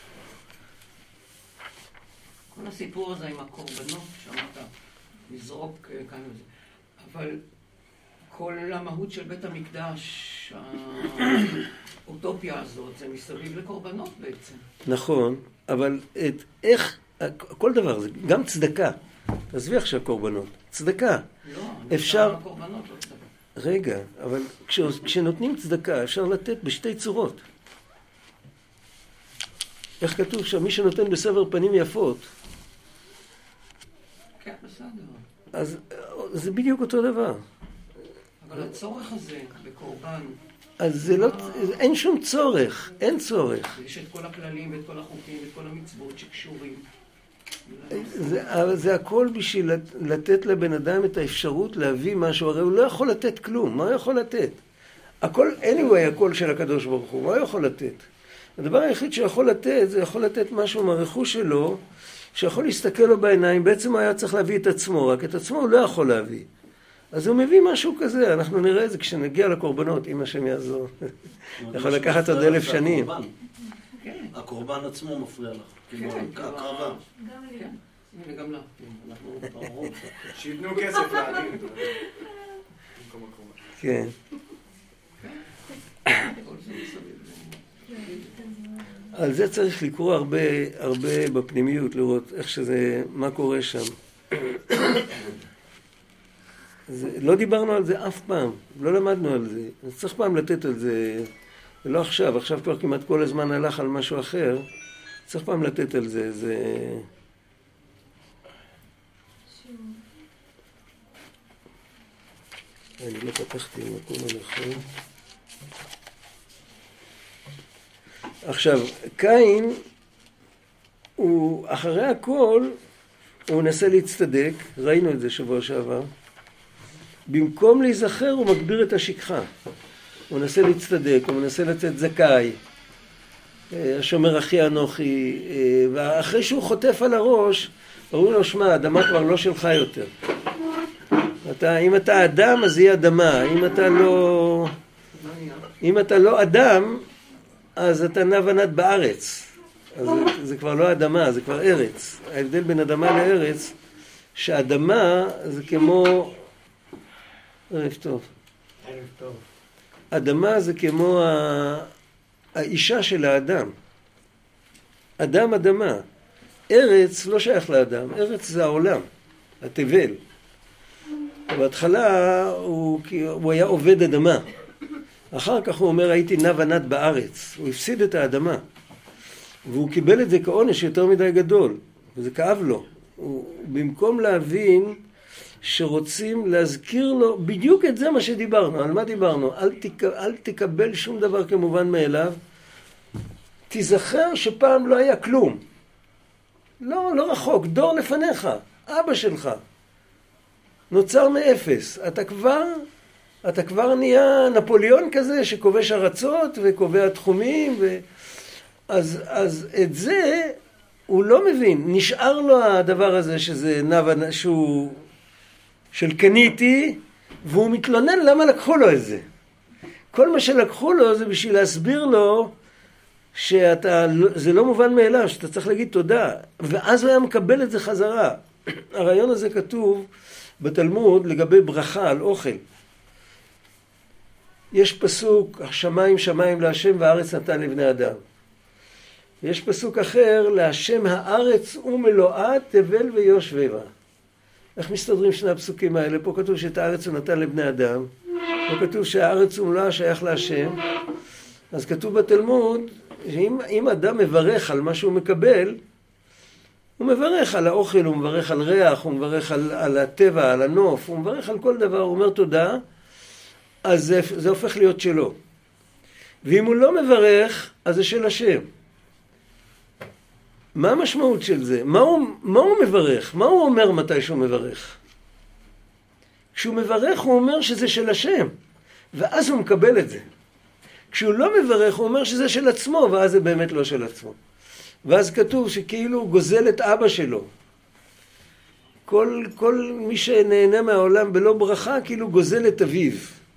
כל הסיפור הזה עם הקורבנות, שמעת, לזרוק כאן וזה. אבל כל המהות של בית המקדש, האוטופיה הזאת, זה מסביב לקורבנות בעצם. נכון, אבל איך, כל דבר, גם צדקה. תעזבי עכשיו קורבנות. צדקה. לא, אפשר... קורבנות, לא צדקה. רגע, אבל כשנותנים צדקה, אפשר לתת בשתי צורות. איך כתוב שם? מי שנותן בסבר פנים יפות. כן, בסדר. אז זה בדיוק אותו דבר. אבל הצורך הזה בקורבן... אז זה לא... אין שום צורך. אין צורך. יש את כל הכללים ואת כל החוקים ואת כל המצוות שקשורים. זה הכל בשביל לתת לבן אדם את האפשרות להביא משהו. הרי הוא לא יכול לתת כלום. מה הוא יכול לתת? הכל, anyway, הכל של הקדוש ברוך הוא. מה הוא יכול לתת? הדבר היחיד שיכול לתת, זה יכול לתת משהו מהרכוש שלו, שיכול להסתכל לו בעיניים. בעצם הוא היה צריך להביא את עצמו, רק את עצמו הוא לא יכול להביא. אז הוא מביא משהו כזה, אנחנו נראה את זה כשנגיע לקורבנות, אם השם יעזור. יכול לקחת עוד 1000 שנים. הקורבן עצמו מפריע לך. כאילו, הקרבה. הנה גם לה, אנחנו ברור. שיתנו כסף לעניים. כן. על זה צריך לקרוא הרבה בפנימיות, לראות איך שזה, מה קורה שם. לא דיברנו על זה אף פעם, לא למדנו על זה. אז צריך פעם לתת על זה, ולא עכשיו, עכשיו כבר כמעט כל הזמן הלך על משהו אחר. צריך פעם לתת על זה, זה... אני לא פתחתי מקום הנכון. עכשיו, קין, הוא אחרי הכל, הוא מנסה להצטדק, ראינו את זה שבוע שעבר. במקום להיזכר הוא מגביר את השכחה. הוא מנסה להצטדק, הוא מנסה לצאת זכאי. השומר אחי אנוכי, ואחרי שהוא חוטף על הראש, אומרים לו, שמע, האדמה כבר לא שלך יותר. אם אתה אדם, אז היא אדמה. אם אתה לא אדם, אז אתה נע ונד בארץ. אז זה כבר לא אדמה, זה כבר ארץ. ההבדל בין אדמה לארץ, שאדמה זה כמו... ערב טוב. ערב טוב. אדמה זה כמו האישה של האדם. אדם אדמה. ארץ לא שייך לאדם, ארץ זה העולם, התבל. בהתחלה הוא היה עובד אדמה. אחר כך הוא אומר, הייתי נע ונד בארץ. הוא הפסיד את האדמה. והוא קיבל את זה כעונש יותר מדי גדול. וזה כאב לו. במקום להבין שרוצים להזכיר לו בדיוק את זה מה שדיברנו. על מה דיברנו? אל תקבל שום דבר כמובן מאליו. תיזכר שפעם לא היה כלום. לא רחוק, דור לפניך. אבא שלך. נוצר מאפס. אתה כבר נהיה נפוליאון כזה שכובש ארצות וקובע תחומים אז את זה הוא לא מבין. נשאר לו הדבר הזה שזה שהוא של קניתי, והוא מתלונן למה לקחו לו את זה. כל מה שלקחו לו זה בשביל להסביר לו שזה לא מובן מאליו, שאתה צריך להגיד תודה. ואז הוא היה מקבל את זה חזרה. הרעיון הזה כתוב בתלמוד לגבי ברכה על אוכל. יש פסוק, השמיים שמיים להשם והארץ נתן לבני אדם. יש פסוק אחר, להשם הארץ ומלואה תבל ויושביה. איך מסתדרים שני הפסוקים האלה? פה כתוב שאת הארץ הוא נתן לבני אדם, פה כתוב שהארץ ומלואה שייך להשם. אז כתוב בתלמוד, שאם אדם מברך על מה שהוא מקבל, הוא מברך על האוכל, הוא מברך על ריח, הוא מברך על הטבע, על הנוף, הוא מברך על כל דבר, הוא אומר תודה, אז זה הופך להיות שלו. ואם הוא לא מברך, אז זה של השם. מה המשמעות של זה? מה הוא מברך? מה הוא אומר מתי שהוא מברך? כשהוא מברך הוא אומר שזה של השם, ואז הוא מקבל את זה. כשהוא לא מברך הוא אומר שזה של עצמו, ואז זה באמת לא של עצמו. ואז כתוב שכאילו הוא גוזל את אבא שלו. כל מי שנהנה מהעולם בלא ברכה כאילו גוזל את אביו.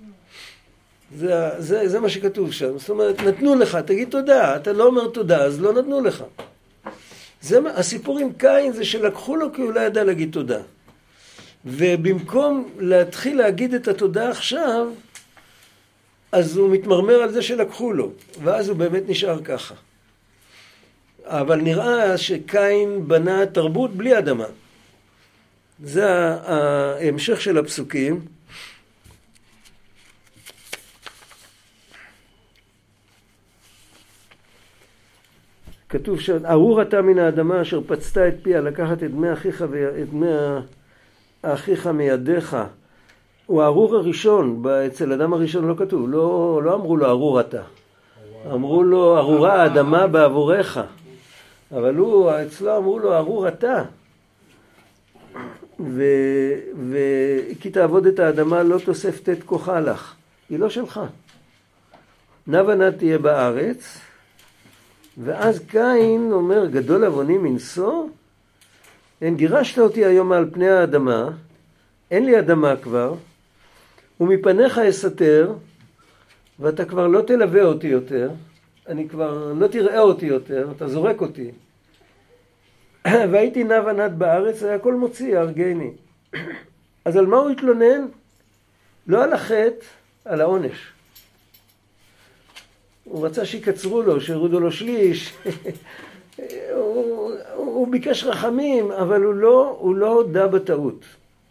זה מה שכתוב שם. זאת אומרת, נתנו לך, תגיד תודה. אתה לא אומר תודה, אז לא נתנו לך. הסיפור עם קין זה שלקחו לו כי הוא לא ידע להגיד תודה. ובמקום להתחיל להגיד את התודה עכשיו, אז הוא מתמרמר על זה שלקחו לו. ואז הוא באמת נשאר ככה. אבל נראה שקין בנה תרבות בלי אדמה. זה ההמשך של הפסוקים. כתוב שארור אתה מן האדמה אשר פצתה את פיה לקחת את דמי אחיך ואת דמי אחיך מידיך. הוא הארור הראשון, אצל אדם הראשון לא כתוב, לא אמרו לו ארור אתה. אמרו לו ארורה האדמה בעבורך. אבל אצלו אמרו לו ארור אתה. וכי תעבוד את האדמה לא תוסף תת כוחה לך. היא לא שלך. נע ונד תהיה בארץ. ואז קין אומר, גדול עווני מנשוא, אין גירשת אותי היום על פני האדמה, אין לי אדמה כבר, ומפניך אסתר, ואתה כבר לא תלווה אותי יותר, אני כבר לא תראה אותי יותר, אתה זורק אותי. והייתי נע ונד בארץ, היה הכל מוציא, הרגני. אז על מה הוא התלונן? לא על החטא, על העונש. הוא רצה שיקצרו לו, שירודו לו שליש. הוא ביקש רחמים, אבל הוא לא הודע בטעות.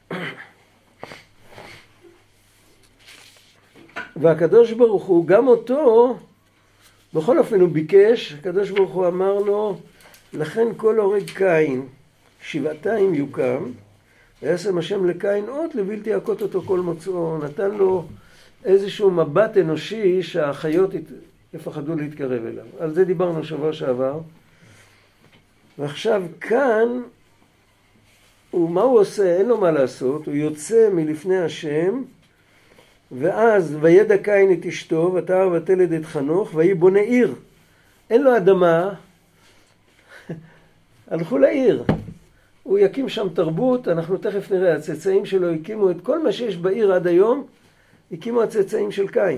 והקדוש ברוך הוא, גם אותו, בכל אופן הוא ביקש, הקדוש ברוך הוא אמר לו, לכן כל הורג קין, שבעתיים יוקם, וישם השם לקין אות לבלתי יכות אותו כל מוצאו. נתן לו איזשהו מבט אנושי שהחיות יפחדו להתקרב אליו. על זה דיברנו שבוע שעבר. ועכשיו כאן, מה הוא עושה? אין לו מה לעשות. הוא יוצא מלפני השם, ואז וידע קין את אשתו, ותער ותלד את חנוך, ויהי בונה עיר. אין לו אדמה, הלכו לעיר. הוא יקים שם תרבות, אנחנו תכף נראה, הצאצאים שלו הקימו את כל מה שיש בעיר עד היום, הקימו הצאצאים של קין.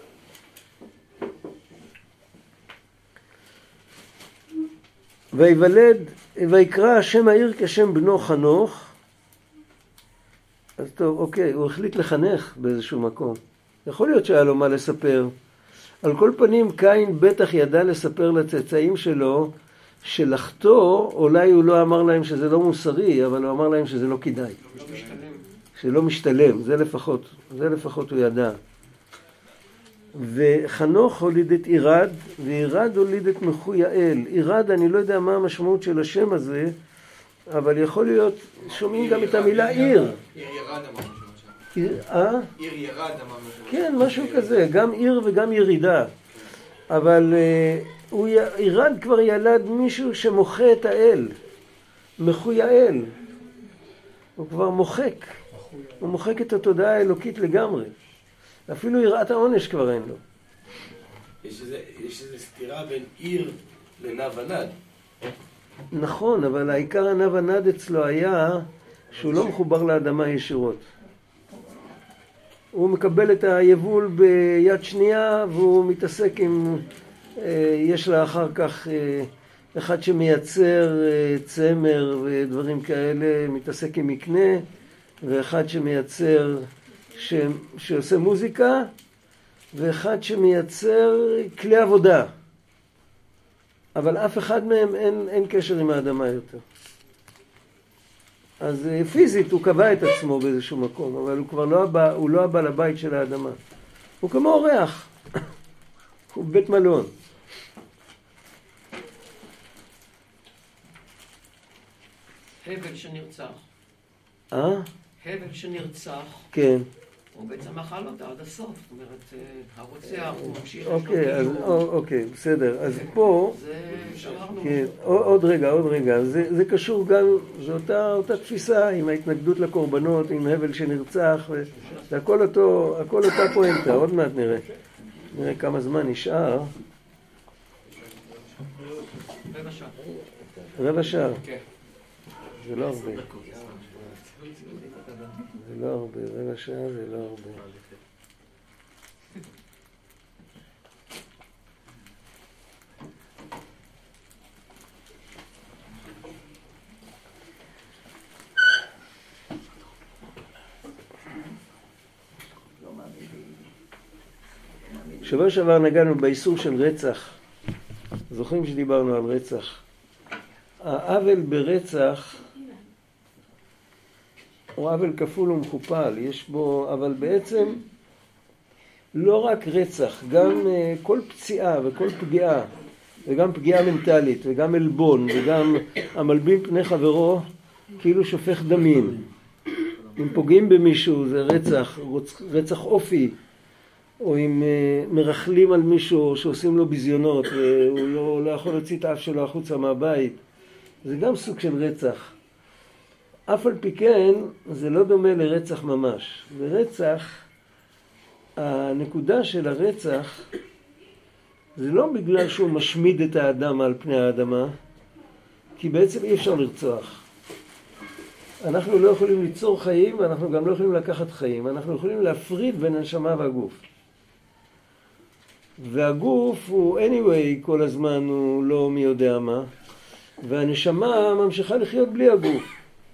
ויוולד, ויקרא השם העיר כשם בנו חנוך. אז טוב, אוקיי, הוא החליט לחנך באיזשהו מקום. יכול להיות שהיה לו מה לספר. על כל פנים, קין בטח ידע לספר לצאצאים שלו, שלחתו, אולי הוא לא אמר להם שזה לא מוסרי, אבל הוא אמר להם שזה לא כדאי. שלא משתלם, זה לפחות הוא ידע. וחנוך הוליד את עירד, ועירד הוליד את מחויאל. עירד, אני לא יודע מה המשמעות של השם הזה, אבל יכול להיות, שומעים גם את המילה עיר. עיר ירד אמרנו שם. עיר ירד אמרנו שם. כן, משהו כזה, גם עיר וגם ירידה. אבל עירד כבר ילד מישהו שמוחה את האל. מחויאל. הוא כבר מוחק. הוא מוחק את התודעה האלוקית לגמרי. אפילו יראת העונש כבר אין לו. יש איזו סתירה בין עיר לנע ונד. נכון, אבל העיקר הנע ונד אצלו היה שהוא לא מחובר לאדמה ישירות. הוא מקבל את היבול ביד שנייה והוא מתעסק עם, יש לה אחר כך אחד שמייצר צמר ודברים כאלה, מתעסק עם מקנה, ואחד שמייצר, שעושה מוזיקה, ואחד שמייצר כלי עבודה. אבל אף אחד מהם אין קשר עם האדמה יותר. אז פיזית הוא קבע את עצמו באיזשהו מקום, אבל הוא כבר לא הבא לבית של האדמה. הוא כמו אורח. הוא בבית מלון. הבל שנרצח. הבל שנרצח. כן. הוא בעצם אכל אותה עד הסוף. זאת אומרת, הרוצח, הוא ממשיך. אוקיי, בסדר. אז פה... זה שברנו. כן, עוד רגע. זה קשור גם, זו אותה תפיסה עם ההתנגדות לקורבנות, עם הבל שנרצח, זה הכל אותה פואנטה. עוד מעט נראה כמה זמן נשאר. רבע שעה. זה לא הרבה. זה לא הרבה, רבע שעה זה לא הרבה. שבוע שעבר נגענו באיסור של רצח. זוכרים שדיברנו על רצח. העוול ברצח הוא עוול כפול ומכופל, יש בו, אבל בעצם לא רק רצח, גם כל פציעה וכל פגיעה, וגם פגיעה מנטלית, וגם אלבון, וגם המלבין פני חברו, כאילו שופך דמים. אם פוגעים במישהו זה רצח אופי, או אם מרחלים על מישהו שעושים לו ביזיונות, והוא לא יכול להוציא את האף שלו החוצה מהבית, זה גם סוג של רצח. אף על פי כן, זה לא דומה לרצח ממש. ברצח, הנקודה של הרצח, זה לא בגלל שהוא משמיד את האדם על פני האדמה, כי בעצם אי אפשר לרצוח. אנחנו לא יכולים ליצור חיים, ואנחנו גם לא יכולים לקחת חיים. אנחנו יכולים להפריד בין הנשמה והגוף. והגוף הוא anyway כל הזמן הוא לא מי יודע מה, והנשמה ממשיכה לחיות בלי הגוף.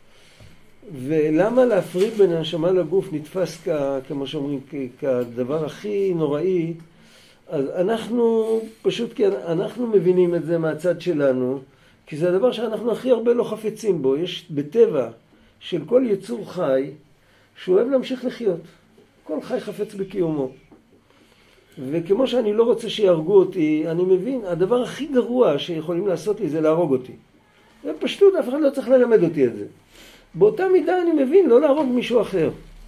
ולמה להפריד בין הנשמה לגוף נתפס כמו שאומרים כדבר הכי נוראי? אז אנחנו פשוט, כי אנחנו מבינים את זה מהצד שלנו, כי זה הדבר שאנחנו הכי הרבה לא חפצים בו. יש בטבע של כל יצור חי שהוא אוהב להמשיך לחיות. כל חי חפץ בקיומו. וכמו שאני לא רוצה שיהרגו אותי, אני מבין, הדבר הכי גרוע שיכולים לעשות לי זה להרוג אותי. זה פשוט, אף אחד לא צריך ללמד אותי את זה. באותה מידה אני מבין לא להרוג מישהו אחר.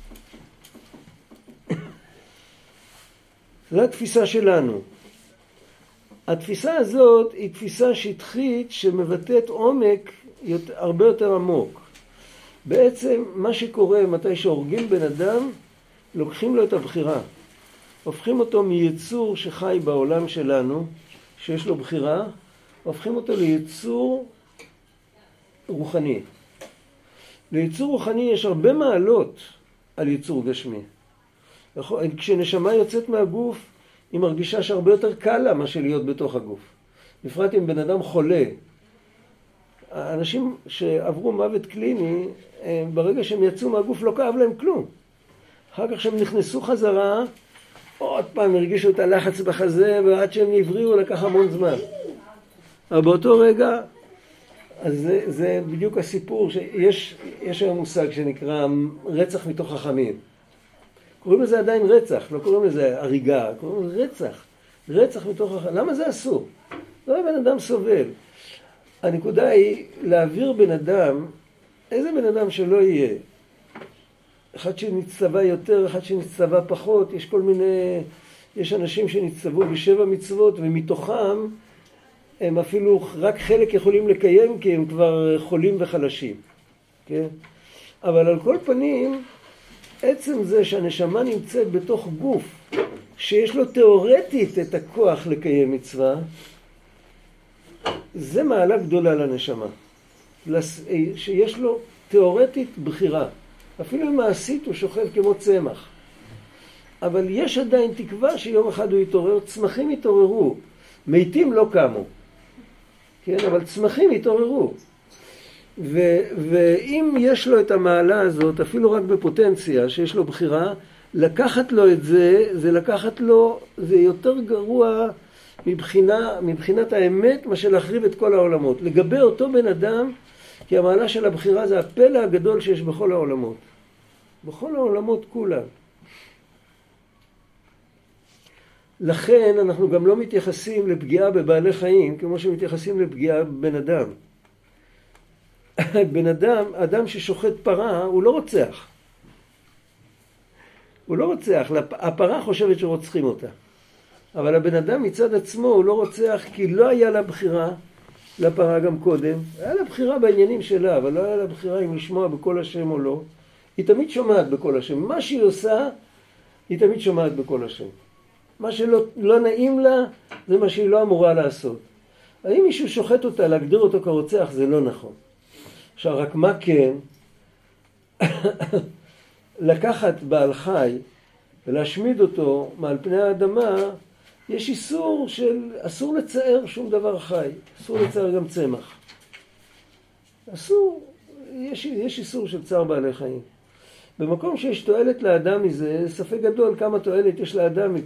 זו התפיסה שלנו. התפיסה הזאת היא תפיסה שטחית שמבטאת עומק הרבה יותר עמוק. בעצם מה שקורה מתי שהורגים בן אדם, לוקחים לו את הבחירה. הופכים אותו מיצור שחי בעולם שלנו, שיש לו בחירה, הופכים אותו ליצור רוחני. ליצור רוחני יש הרבה מעלות על יצור גשמי. כשנשמה יוצאת מהגוף, היא מרגישה שהרבה יותר קל לה מה שלהיות בתוך הגוף. בפרט אם בן אדם חולה. האנשים שעברו מוות קליני, ברגע שהם יצאו מהגוף לא כאב להם כלום. אחר כך שהם נכנסו חזרה, עוד פעם הרגישו את הלחץ בחזה, ועד שהם נבריאו לקח המון זמן. אבל באותו רגע, אז זה בדיוק הסיפור, יש היום מושג שנקרא רצח מתוך חכמים. קוראים לזה עדיין רצח, לא קוראים לזה הריגה, קוראים לזה רצח. רצח מתוך חכמים. למה זה אסור? לא בן אדם סובל. הנקודה היא להעביר בן אדם, איזה בן אדם שלא יהיה, אחד שנצטווה יותר, אחד שנצטווה פחות, יש כל מיני, יש אנשים שנצטוו ב7 מצוות, ומתוכם הם אפילו רק חלק יכולים לקיים, כי הם כבר חולים וחלשים. כן? אבל על כל פנים, עצם זה שהנשמה נמצאת בתוך גוף, שיש לו תיאורטית את הכוח לקיים מצווה, זה מעלה גדולה לנשמה. שיש לו תיאורטית בחירה. אפילו מעשית הוא שוכב כמו צמח. אבל יש עדיין תקווה שיום אחד הוא יתעורר. צמחים יתעוררו. מתים לא קמו. כן? אבל צמחים יתעוררו. ואם יש לו את המעלה הזאת, אפילו רק בפוטנציה, שיש לו בחירה, לקחת לו את זה, זה לקחת לו, זה יותר גרוע מבחינת האמת, מה שלהחריב את כל העולמות. לגבי אותו בן אדם, כי המעלה של הבחירה זה הפלא הגדול שיש בכל העולמות. בכל העולמות כולם. לכן אנחנו גם לא מתייחסים לפגיעה בבעלי חיים, כמו שמתייחסים לפגיעה בבן אדם. בן אדם, אדם ששוחט פרה, הוא לא רוצח. הוא לא רוצח, הפרה חושבת שרוצחים אותה. אבל הבן אדם מצד עצמו הוא לא רוצח, כי לא היה לה בחירה, לפרה גם קודם. היה לה בחירה בעניינים שלה, אבל לא היה לה בחירה אם לשמוע בכל השם או לא. היא תמיד שומעת בכל השם. מה שהיא עושה, היא תמיד שומעת בכל השם. מה שלא נעים לה, זה מה שהיא לא אמורה לעשות. האם מישהו שוחט אותה, להגדיר אותו כרוצח, זה לא נכון. עכשיו, רק מה כן? לקחת בעל חי ולהשמיד אותו מעל פני האדמה, יש איסור אסור לצער שום דבר חי. אסור לצער גם צמח. אסור. יש איסור של צער בעלי חיים. במקום שיש תועלת לאדם מזה, ספק גדול כמה תועלת יש לאדם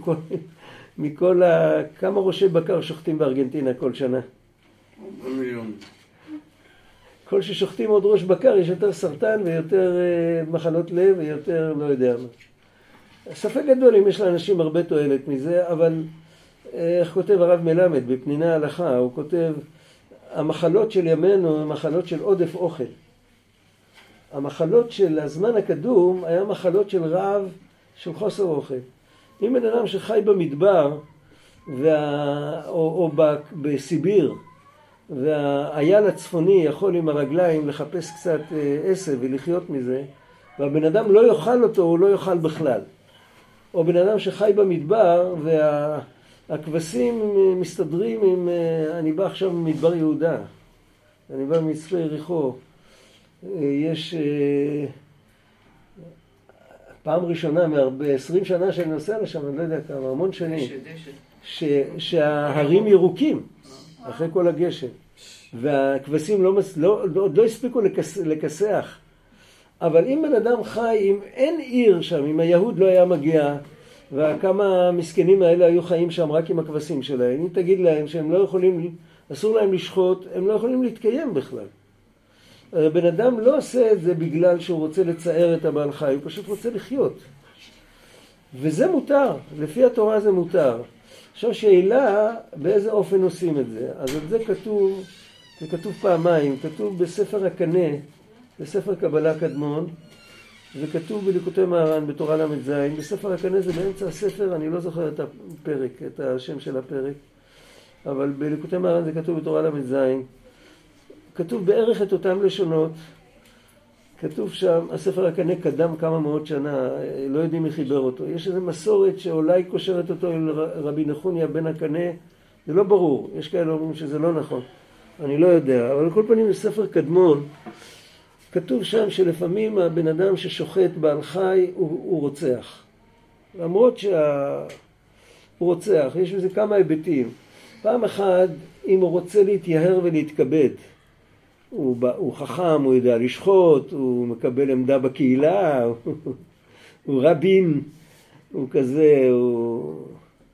כמה ראשי בקר שוחטים בארגנטינה כל שנה. מיליון. כל ששוחטים עוד ראש בקר יש יותר סרטן ויותר מחלות לב ויותר לא יודע מה. ספק גדול אם יש לאנשים הרבה תועלת מזה, אבל איך כותב הרב מלמד בפניני ההלכה, הוא כותב, המחלות של ימינו הן מחלות של עודף אוכל. המחלות של הזמן הקדום היה מחלות של רעב, של חוסר אוכל. אם בן אדם שחי במדבר או בסיביר, והאייל הצפוני יכול עם הרגליים לחפש קצת עשב ולחיות מזה, והבן אדם לא יאכל אותו, הוא לא יאכל בכלל. או בן אדם שחי במדבר והכבשים מסתדרים עם, אני בא עכשיו ממדבר יהודה, אני בא מצפה יריחו, יש פעם ראשונה מהרבה 20 שנה שאני נוסע לשם, אני לא יודע כמה, המון שנים, שההרים ירוקים אחרי כל הגשם. והכבשים עוד לא הספיקו לכסח. אבל אם בן אדם חי, אם אין עיר שם, אם היהוד לא היה מגיע, וכמה המסכנים האלה היו חיים שם רק עם הכבשים שלהם, אם תגיד להם שהם לא יכולים, אסור להם לשחוט, הם לא יכולים להתקיים בכלל. בן אדם לא עושה את זה בגלל שהוא רוצה לצער את הבעל חי, הוא פשוט רוצה לחיות. וזה מותר, לפי התורה זה מותר. עכשיו שאלה באיזה אופן עושים את זה. אז על זה כתוב, זה כתוב פעמיים, כתוב בספר הקנה, בספר קבלה קדמון, וכתוב בליקוטי מהר"ן בתורה ל"ז. בספר הקנה זה באמצע הספר, אני לא זוכר את הפרק, את השם של הפרק, אבל בליקוטי מהר"ן זה כתוב בתורה ל"ז. כתוב בערך את אותם לשונות. כתוב שם, הספר הקנה קדם כמה מאות שנה, לא יודעים מי חיבר אותו. יש איזו מסורת שאולי קושרת אותו עם רבי נחוניה בן הקנה, זה לא ברור, יש כאלה אומרים שזה לא נכון, אני לא יודע, אבל על כל פנים בספר קדמון, כתוב שם שלפעמים הבן אדם ששוחט בעל חי הוא רוצח. למרות שהוא רוצח, יש בזה כמה היבטים. פעם אחת, אם הוא רוצה להתייהר ולהתכבד, הוא חכם, הוא יודע לשחוט, הוא מקבל עמדה בקהילה, הוא רבין, הוא כזה, הוא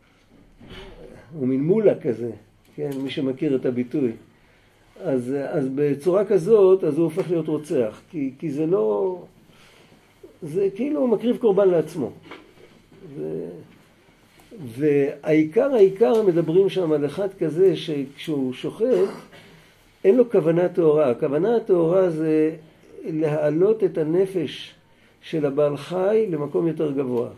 מין מולה כזה, כן, מי שמכיר את הביטוי. אז בצורה כזאת, אז הוא הופך להיות רוצח, כי זה לא, כאילו הוא מקריב קורבן לעצמו. והעיקר מדברים שם על אחד כזה שכשהוא שוחט, אין לו כוונה טהורה. הכוונה הטהורה זה להעלות את הנפש של הבעל חי למקום יותר גבוה.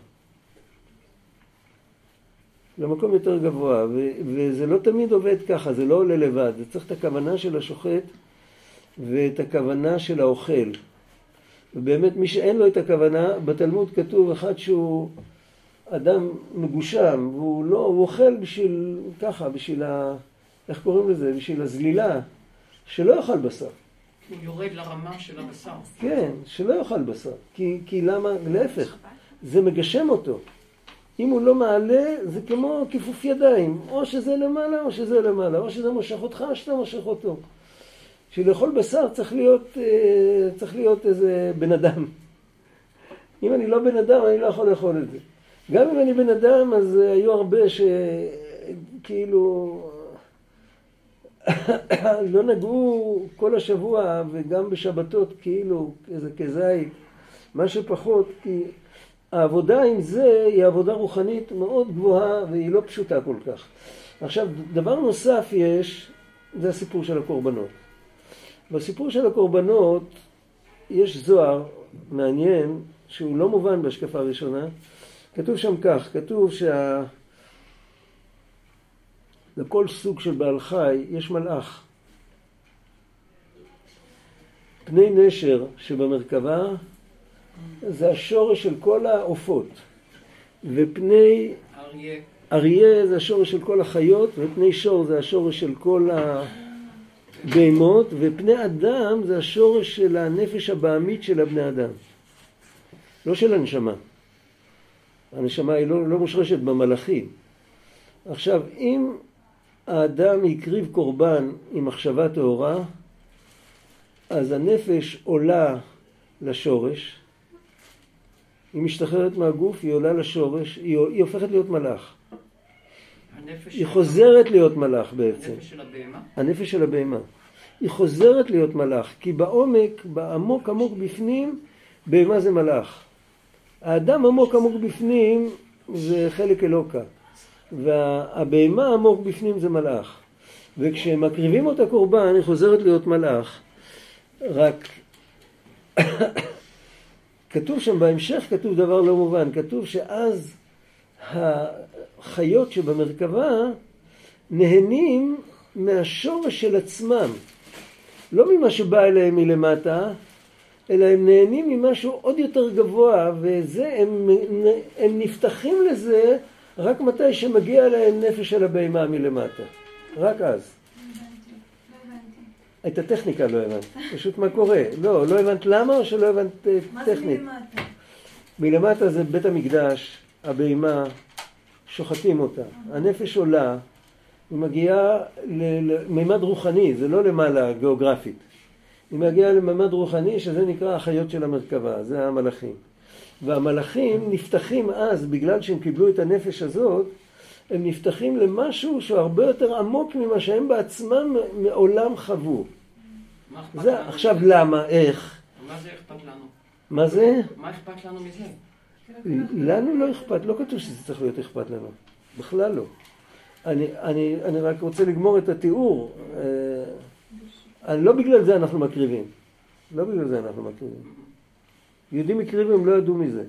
למקום יותר גבוה, וזה לא תמיד עובד ככה, זה לא עולה לבד. זה צריך את הכוונה של השוחט ואת הכוונה של האוכל. ובאמת מי שאין לו את הכוונה, בתלמוד כתוב אחד שהוא אדם מגושם, והוא אוכל בשביל ככה, בשביל איך קוראים לזה? בשביל הזלילה, שלא יאכל בשר. הוא יורד לרמה של הבשר. כן, שלא יאכל בשר. כי למה? להפך, זה מגשם אותו. אם הוא לא מעלה, זה כמו כיפוף ידיים. או שזה למעלה, או שזה למעלה. או שזה מושך אותך, או שאתה מושך אותו. שלאכול בשר צריך להיות איזה בן אדם. אם אני לא בן אדם, אני לא יכול לאכול את זה. גם אם אני בן אדם, אז היו הרבה שכאילו לא נגעו כל השבוע, וגם בשבתות כאילו איזה כזית, מה שפחות, כי העבודה עם זה היא עבודה רוחנית מאוד גבוהה, והיא לא פשוטה כל כך. עכשיו, דבר נוסף זה הסיפור של הקורבנות. בסיפור של הקורבנות יש זוהר מעניין, שהוא לא מובן בהשקפה הראשונה. כתוב שם כך, כתוב לכל סוג של בעל חי יש מלאך. פני נשר שבמרכבה זה השורש של כל העופות, ופני אריה זה השורש של כל החיות, ופני שור זה השורש של כל הבהמות, ופני אדם זה השורש של הנפש הבעמית של הבני אדם, לא של הנשמה. הנשמה היא לא מושרשת במלאכים. עכשיו, אם האדם יקריב קורבן עם מחשבה טהורה, אז הנפש עולה לשורש, היא משתחררת מהגוף, היא עולה לשורש, היא הופכת להיות מלאך. היא חוזרת להיות מלאך בעצם. הנפש של הבהמה? הנפש של הבהמה. היא חוזרת להיות מלאך, כי בעומק, בעמוק עמוק בפנים, בהמה זה מלאך. האדם עמוק עמוק בפנים זה חלק אלוקה, והבהמה עמוק בפנים זה מלאך. וכשמקריבים אותה קורבן, היא חוזרת להיות מלאך. רק כתוב שם בהמשך, כתוב דבר לא מובן, כתוב שאז החיות שבמרכבה נהנים מהשורש של עצמם, לא ממה שבא אליהם מלמטה, אלא הם נהנים ממשהו עוד יותר גבוה, וזה הם נפתחים לזה רק מתי שמגיע להם נפש של הבהמה מלמטה. רק אז. את הטכניקה לא הבנת. פשוט מה קורה. לא הבנת למה או שלא הבנת טכנית? מה זה מלמטה? מלמטה זה בית המקדש, הבהמה, שוחטים אותה. הנפש עולה, היא מגיעה לממד רוחני, זה לא למעלה גיאוגרפית. היא מגיעה לממד רוחני שזה נקרא החיות של המרכבה, זה המלאכים. והמלאכים נפתחים אז, בגלל שהם קיבלו את הנפש הזאת, הם נפתחים למשהו שהוא הרבה יותר עמוק ממה שהם בעצמם מעולם חוו. זה, עכשיו למה, איך? מה זה אכפת לנו? מה זה? מה אכפת לנו מזה? לנו לא אכפת, לא כתוב שזה צריך להיות אכפת לנו. בכלל לא. אני רק רוצה לגמור את התיאור. לא בגלל זה אנחנו מקריבים. לא בגלל זה אנחנו מקריבים. יהודים מקריבים, הם לא ידעו מזה.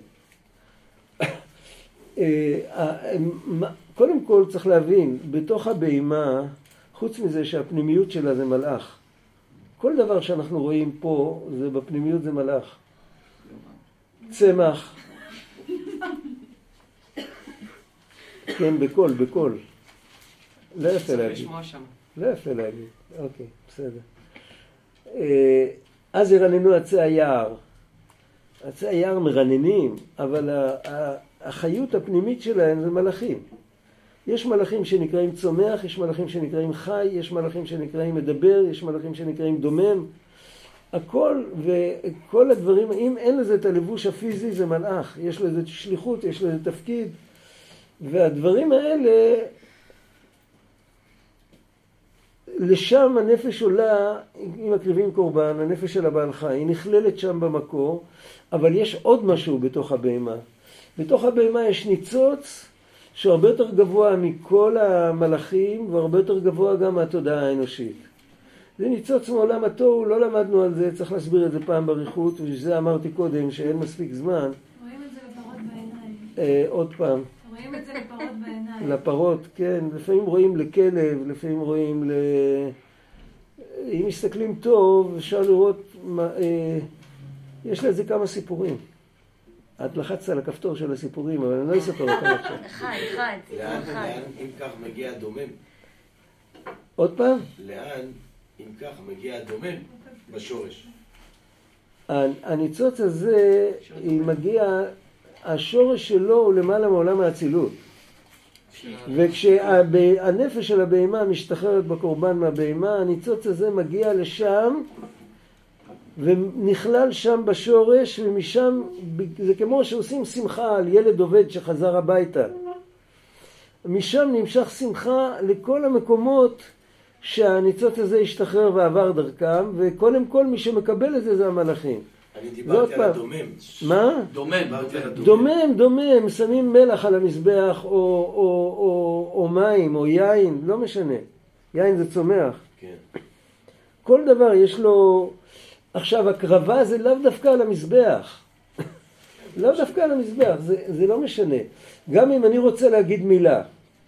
קודם כל צריך להבין, בתוך הבהמה, חוץ מזה שהפנימיות שלה זה מלאך. כל דבר שאנחנו רואים פה, זה בפנימיות זה מלאך. צמח. כן, בכל. לא יפה להגיד. לא יפה להגיד. אוקיי, בסדר. אז ירננו עצי היער. עצי היער מרננים, אבל החיות הפנימית שלהם זה מלאכים. יש מלאכים שנקראים צומח, יש מלאכים שנקראים חי, יש מלאכים שנקראים מדבר, יש מלאכים שנקראים דומם. הכל וכל הדברים, אם אין לזה את הלבוש הפיזי זה מלאך. יש לו איזה שליחות, יש לו איזה תפקיד. והדברים האלה, לשם הנפש עולה, אם מקריבים קורבן, הנפש של הבעל חי, היא נכללת שם במקור, אבל יש עוד משהו בתוך הבהמה. בתוך הבהמה יש ניצוץ שהרבה יותר גבוה מכל המלאכים, והרבה יותר גבוה גם מהתודעה האנושית. זה ניצוץ מעולם התוהו, לא למדנו על זה, צריך להסביר את זה פעם בריחות, ושזה אמרתי קודם, שאין מספיק זמן. רואים את זה לפרות בעיניים. עוד פעם. רואים את זה לפרות בעיניים. לפרות, כן. לפעמים רואים לכלב, לפעמים רואים אם מסתכלים טוב, אפשר לראות, יש לזה כמה סיפורים. את לחצת על הכפתור של הסיפורים, אבל אני לא אספר אותם עכשיו. אחד. לאן, אם כך, מגיע הדומם? עוד פעם? לאן, אם כך, מגיע הדומם בשורש? הניצוץ הזה, היא מגיעה, השורש שלו הוא למעלה מעולם האצילות. וכשהנפש של הבהמה משתחררת בקורבן מהבהמה, הניצוץ הזה מגיע לשם, ונכלל שם בשורש, ומשם, זה כמו שעושים שמחה על ילד עובד שחזר הביתה. משם נמשך שמחה לכל המקומות שהניצוץ הזה השתחרר ועבר דרכם, וקודם כל מי שמקבל את זה זה המלאכים. אני דיברתי על הדומם. מה? דומם, שמים מלח על המזבח, או מים, או יין, לא משנה. יין זה צומח. כן. כל דבר יש לו... עכשיו, הקרבה זה לאו דווקא על המזבח. לאו דווקא על המזבח, זה לא משנה. גם אם אני רוצה להגיד מילה,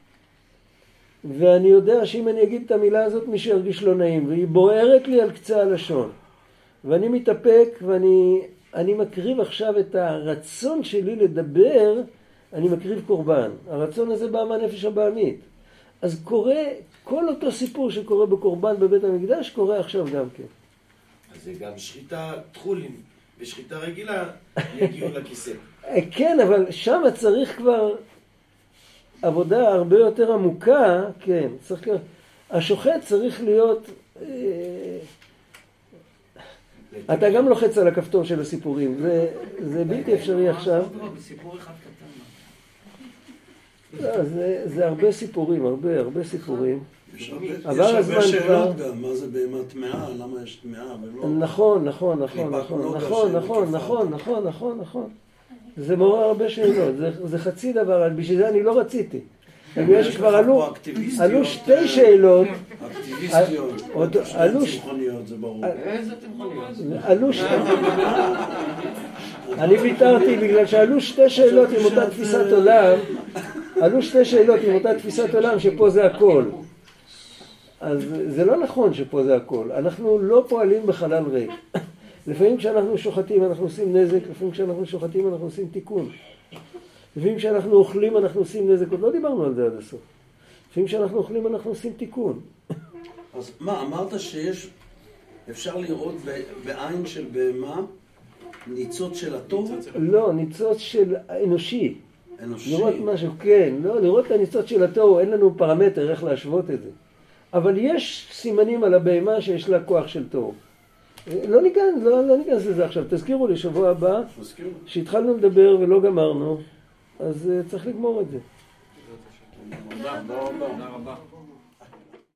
ואני יודע שאם אני אגיד את המילה הזאת, מי שירגיש לא נעים, והיא בוערת לי על קצה הלשון, ואני מתאפק, ואני מקריב עכשיו את הרצון שלי לדבר, אני מקריב קורבן. הרצון הזה בא מהנפש הבעמית. אז קורה, כל אותו סיפור שקורה בקורבן בבית המקדש, קורה עכשיו גם כן. אז זה גם שחיטה תחולים, ושחיטה רגילה יגיעו לכיסא. כן, אבל שם צריך כבר עבודה הרבה יותר עמוקה, כן, צריך להיות, השוחט צריך להיות, אתה גם לוחץ על הכפתור של הסיפורים, זה בלתי אפשרי עכשיו. סיפור אחד קטן. זה הרבה סיפורים, הרבה סיפורים. יש עבר הרבה הזמן כבר. שאלות גם, מה זה בהמה טמאה, למה יש טמאה ולא... נכון. זה מעורר הרבה שאלות, זה חצי דבר, בשביל זה אני לא רציתי. יש כבר עלו שתי שאלות. אקטיביסטיות, צמחוניות, זה ברור. איזה תמחוניות? אני ויתרתי בגלל שעלו שתי שאלות עם אותה תפיסת עולם. עלו שתי שאלות עם אותה תפיסת עולם שפה זה הכל. אז זה לא נכון שפה זה הכל. אנחנו לא פועלים בחלל ריק. לפעמים כשאנחנו שוחטים אנחנו עושים נזק, לפעמים כשאנחנו שוחטים אנחנו עושים תיקון. לפעמים כשאנחנו אוכלים אנחנו עושים נזק, עוד לא דיברנו על זה עד הסוף. לפעמים כשאנחנו אוכלים אנחנו עושים תיקון. אז מה, אמרת שיש, אפשר לראות בעין של בהמה ניצוץ של הטוב? לא, ניצוץ של אנושי. אנושי. לראות משהו, כן, לא, לראות את הניצוץ של התוהו, אין לנו פרמטר איך להשוות את זה. אבל יש סימנים על הבהמה שיש לה כוח של תוהו. לא ניכנס לזה עכשיו, תזכירו לי שבוע הבא, שהתחלנו לדבר ולא גמרנו, אז צריך לגמור את זה. תודה רבה.